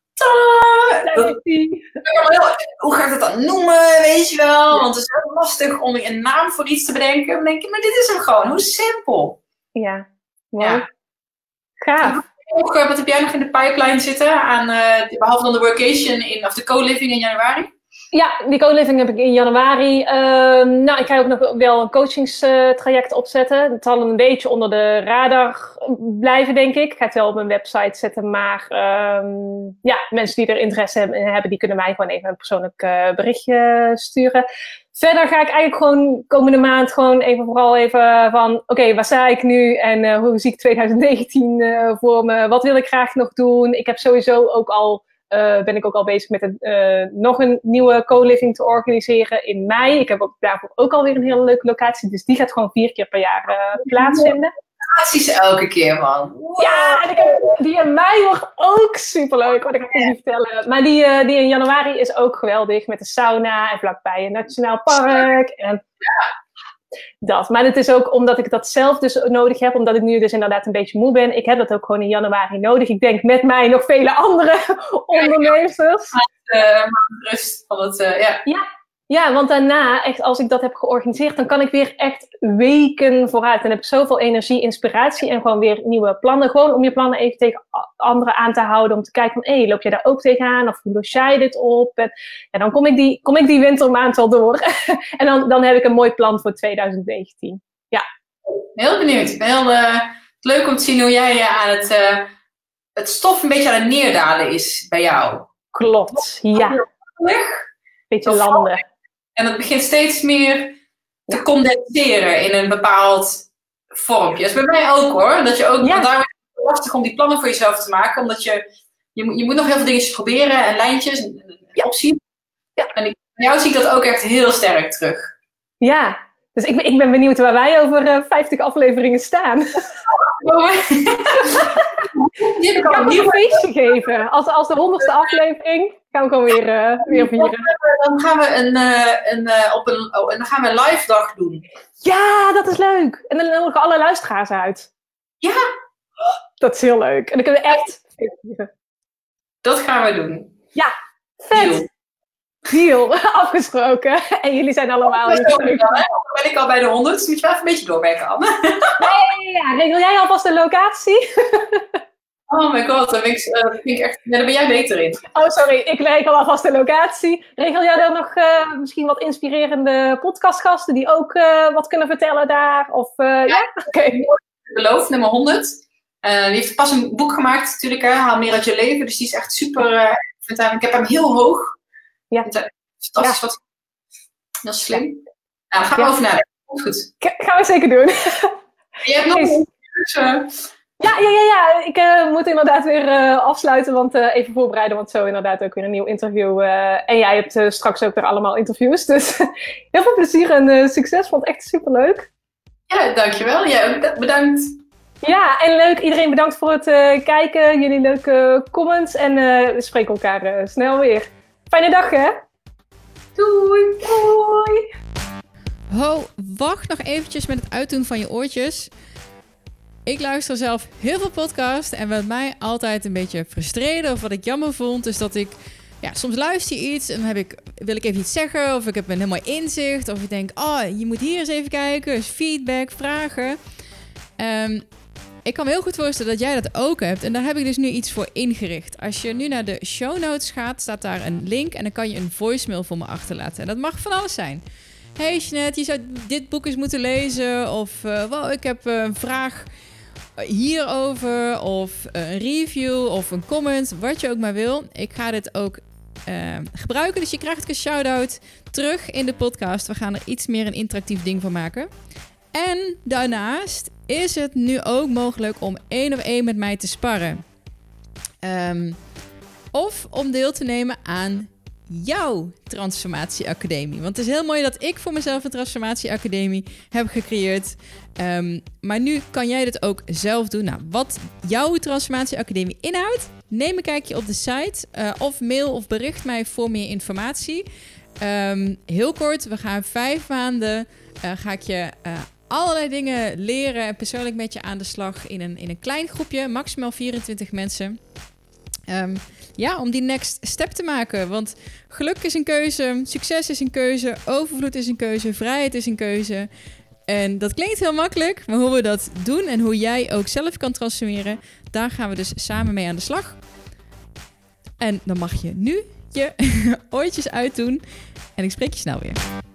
tadaa! Dat, heel, hoe ga ik dat dan noemen, weet je wel? Want het is heel lastig om een naam voor iets te bedenken. Dan denk ik, maar dit is hem gewoon, hoe simpel. Ja, wow. Ja. Gaaf. Wat heb jij nog in de pipeline zitten, aan, uh, behalve dan de workation in, of de co-living in januari? Ja, die co-living heb ik in januari. Uh, nou, ik ga ook nog wel een coachingstraject opzetten. Het zal een beetje onder de radar blijven, denk ik. Ik ga het wel op mijn website zetten, maar um, ja, mensen die er interesse hebben, die kunnen mij gewoon even een persoonlijk uh, berichtje sturen. Verder ga ik eigenlijk gewoon komende maand gewoon even vooral even van, oké, okay, waar sta ik nu en uh, hoe zie ik twintig negentien uh, voor me? Wat wil ik graag nog doen? Ik heb sowieso ook al, uh, ben ik ook al bezig met een, uh, nog een nieuwe co-living te organiseren in mei. Ik heb ook daarvoor ook alweer een hele leuke locatie, dus die gaat gewoon vier keer per jaar uh, plaatsvinden. Locaties elke keer, man. Wow. Ja, en ik heb, die in mei wordt ook superleuk, wat ik ga je niet vertellen. Maar die, uh, die in januari is ook geweldig, met de sauna en vlakbij een nationaal park. En dat. Maar het is ook omdat ik dat zelf dus nodig heb, omdat ik nu dus inderdaad een beetje moe ben. Ik heb dat ook gewoon in januari nodig. Ik denk met mij nog vele andere ondernemers. Uh, rust van het, uh, ja. Ja. Ja, want daarna, echt, als ik dat heb georganiseerd, dan kan ik weer echt weken vooruit. En heb ik zoveel energie, inspiratie en gewoon weer nieuwe plannen. Gewoon om je plannen even tegen anderen aan te houden. Om te kijken van, hé, hey, loop je daar ook tegenaan? Of hoe los jij dit op? En ja, dan kom ik die, kom ik die wintermaand wel door. En dan, dan heb ik een mooi plan voor twintig negentien. Ja. Heel benieuwd. Ik ben heel uh, leuk om te zien hoe jij uh, aan het, uh, het stof een beetje aan het neerdalen is bij jou. Klopt, ja. Beetje landen. En het begint steeds meer te condenseren in een bepaald vormpje. Dat is bij mij ook hoor. Dat je ook, ja. Daarom is het lastig om die plannen voor jezelf te maken. Omdat je, je, moet, je moet nog heel veel dingetjes proberen en lijntjes en, en ja. opties. Ja. En ik, bij jou zie ik dat ook echt heel sterk terug. Ja, dus ik, ik ben benieuwd waar wij over uh, vijftig afleveringen staan. Die heb ik al een nieuw feestje geven. Als, als de honderdste aflevering gaan we gewoon weer, uh, weer vieren. Dan gaan we een, uh, een, uh, op een, oh, en dan gaan we een live dag doen. Ja, dat is leuk. En dan nodigen we alle luisteraars uit. Ja. Dat is heel leuk. En dan kunnen we echt vieren. Dat gaan we doen. Ja, vet. Deal. Deal. Afgesproken. En jullie zijn allemaal heel leuk. Dan ben ik al bij de honderd, dus moet je wel even een beetje doorwerken, Anne. Nee, ja, regel jij alvast de locatie? Oh my god, daar ben ik, uh, vind ik echt, ja, daar ben jij beter in. Oh, sorry, ik regel alvast de locatie. Regel jij dan nog uh, misschien wat inspirerende podcastgasten die ook uh, wat kunnen vertellen daar? Of, uh, ja, ja? Oké. Okay. Beloof, nummer honderd. Uh, die heeft pas een boek gemaakt natuurlijk, hè, Haal meer uit je leven. Dus die is echt super, uh, ik, vind hem, ik heb hem heel hoog. Ja. Fantastisch, ja. Wat heel slim. Nou, daar gaan we ja. over nadenken. Goed. K- gaan we zeker doen. Je hebt nog een dus, uh... Ja, ja, ja, ja. Ik uh, moet inderdaad weer uh, afsluiten, want uh, even voorbereiden, want zo inderdaad ook weer een nieuw interview. Uh, en jij hebt uh, straks ook weer allemaal interviews, dus heel veel plezier en uh, succes, vond het echt superleuk. Ja, dankjewel. Jij ook bedankt. Ja, en leuk. Iedereen bedankt voor het uh, kijken, jullie leuke comments en uh, we spreken elkaar uh, snel weer. Fijne dag, hè? Doei! Doei! Ho, wacht nog eventjes met het uitdoen van je oortjes. Ik luister zelf heel veel podcasts en wat mij altijd een beetje frustreerde of wat ik jammer vond, is dat ik, ja, soms luister je iets en dan heb ik, wil ik even iets zeggen of ik heb een heel mooi inzicht of ik denk, oh, je moet hier eens even kijken, dus feedback, vragen. Um, ik kan me heel goed voorstellen dat jij dat ook hebt en daar heb ik dus nu iets voor ingericht. Als je nu naar de show notes gaat, staat daar een link en dan kan je een voicemail voor me achterlaten. En dat mag van alles zijn. Hey Jeanette, je zou dit boek eens moeten lezen of uh, wow, ik heb uh, een vraag hierover of een review of een comment, wat je ook maar wil. Ik ga dit ook uh, gebruiken. Dus je krijgt een shout-out terug in de podcast. We gaan er iets meer een interactief ding van maken. En daarnaast is het nu ook mogelijk om één op één met mij te sparren. Um, of om deel te nemen aan jouw transformatieacademie. Want het is heel mooi dat ik voor mezelf een transformatieacademie heb gecreëerd. Um, maar nu kan jij dit ook zelf doen. Nou, wat jouw transformatieacademie inhoudt, neem een kijkje op de site. Uh, of mail of bericht mij voor meer informatie. Um, heel kort, we gaan vijf maanden... Uh, ga ik je uh, allerlei dingen leren en persoonlijk met je aan de slag in een, in een klein groepje. Maximaal vierentwintig mensen. Um, ja, om die next step te maken. Want geluk is een keuze, succes is een keuze, overvloed is een keuze, vrijheid is een keuze. En dat klinkt heel makkelijk, maar hoe we dat doen en hoe jij ook zelf kan transformeren, daar gaan we dus samen mee aan de slag. En dan mag je nu je oortjes uitdoen en ik spreek je snel weer.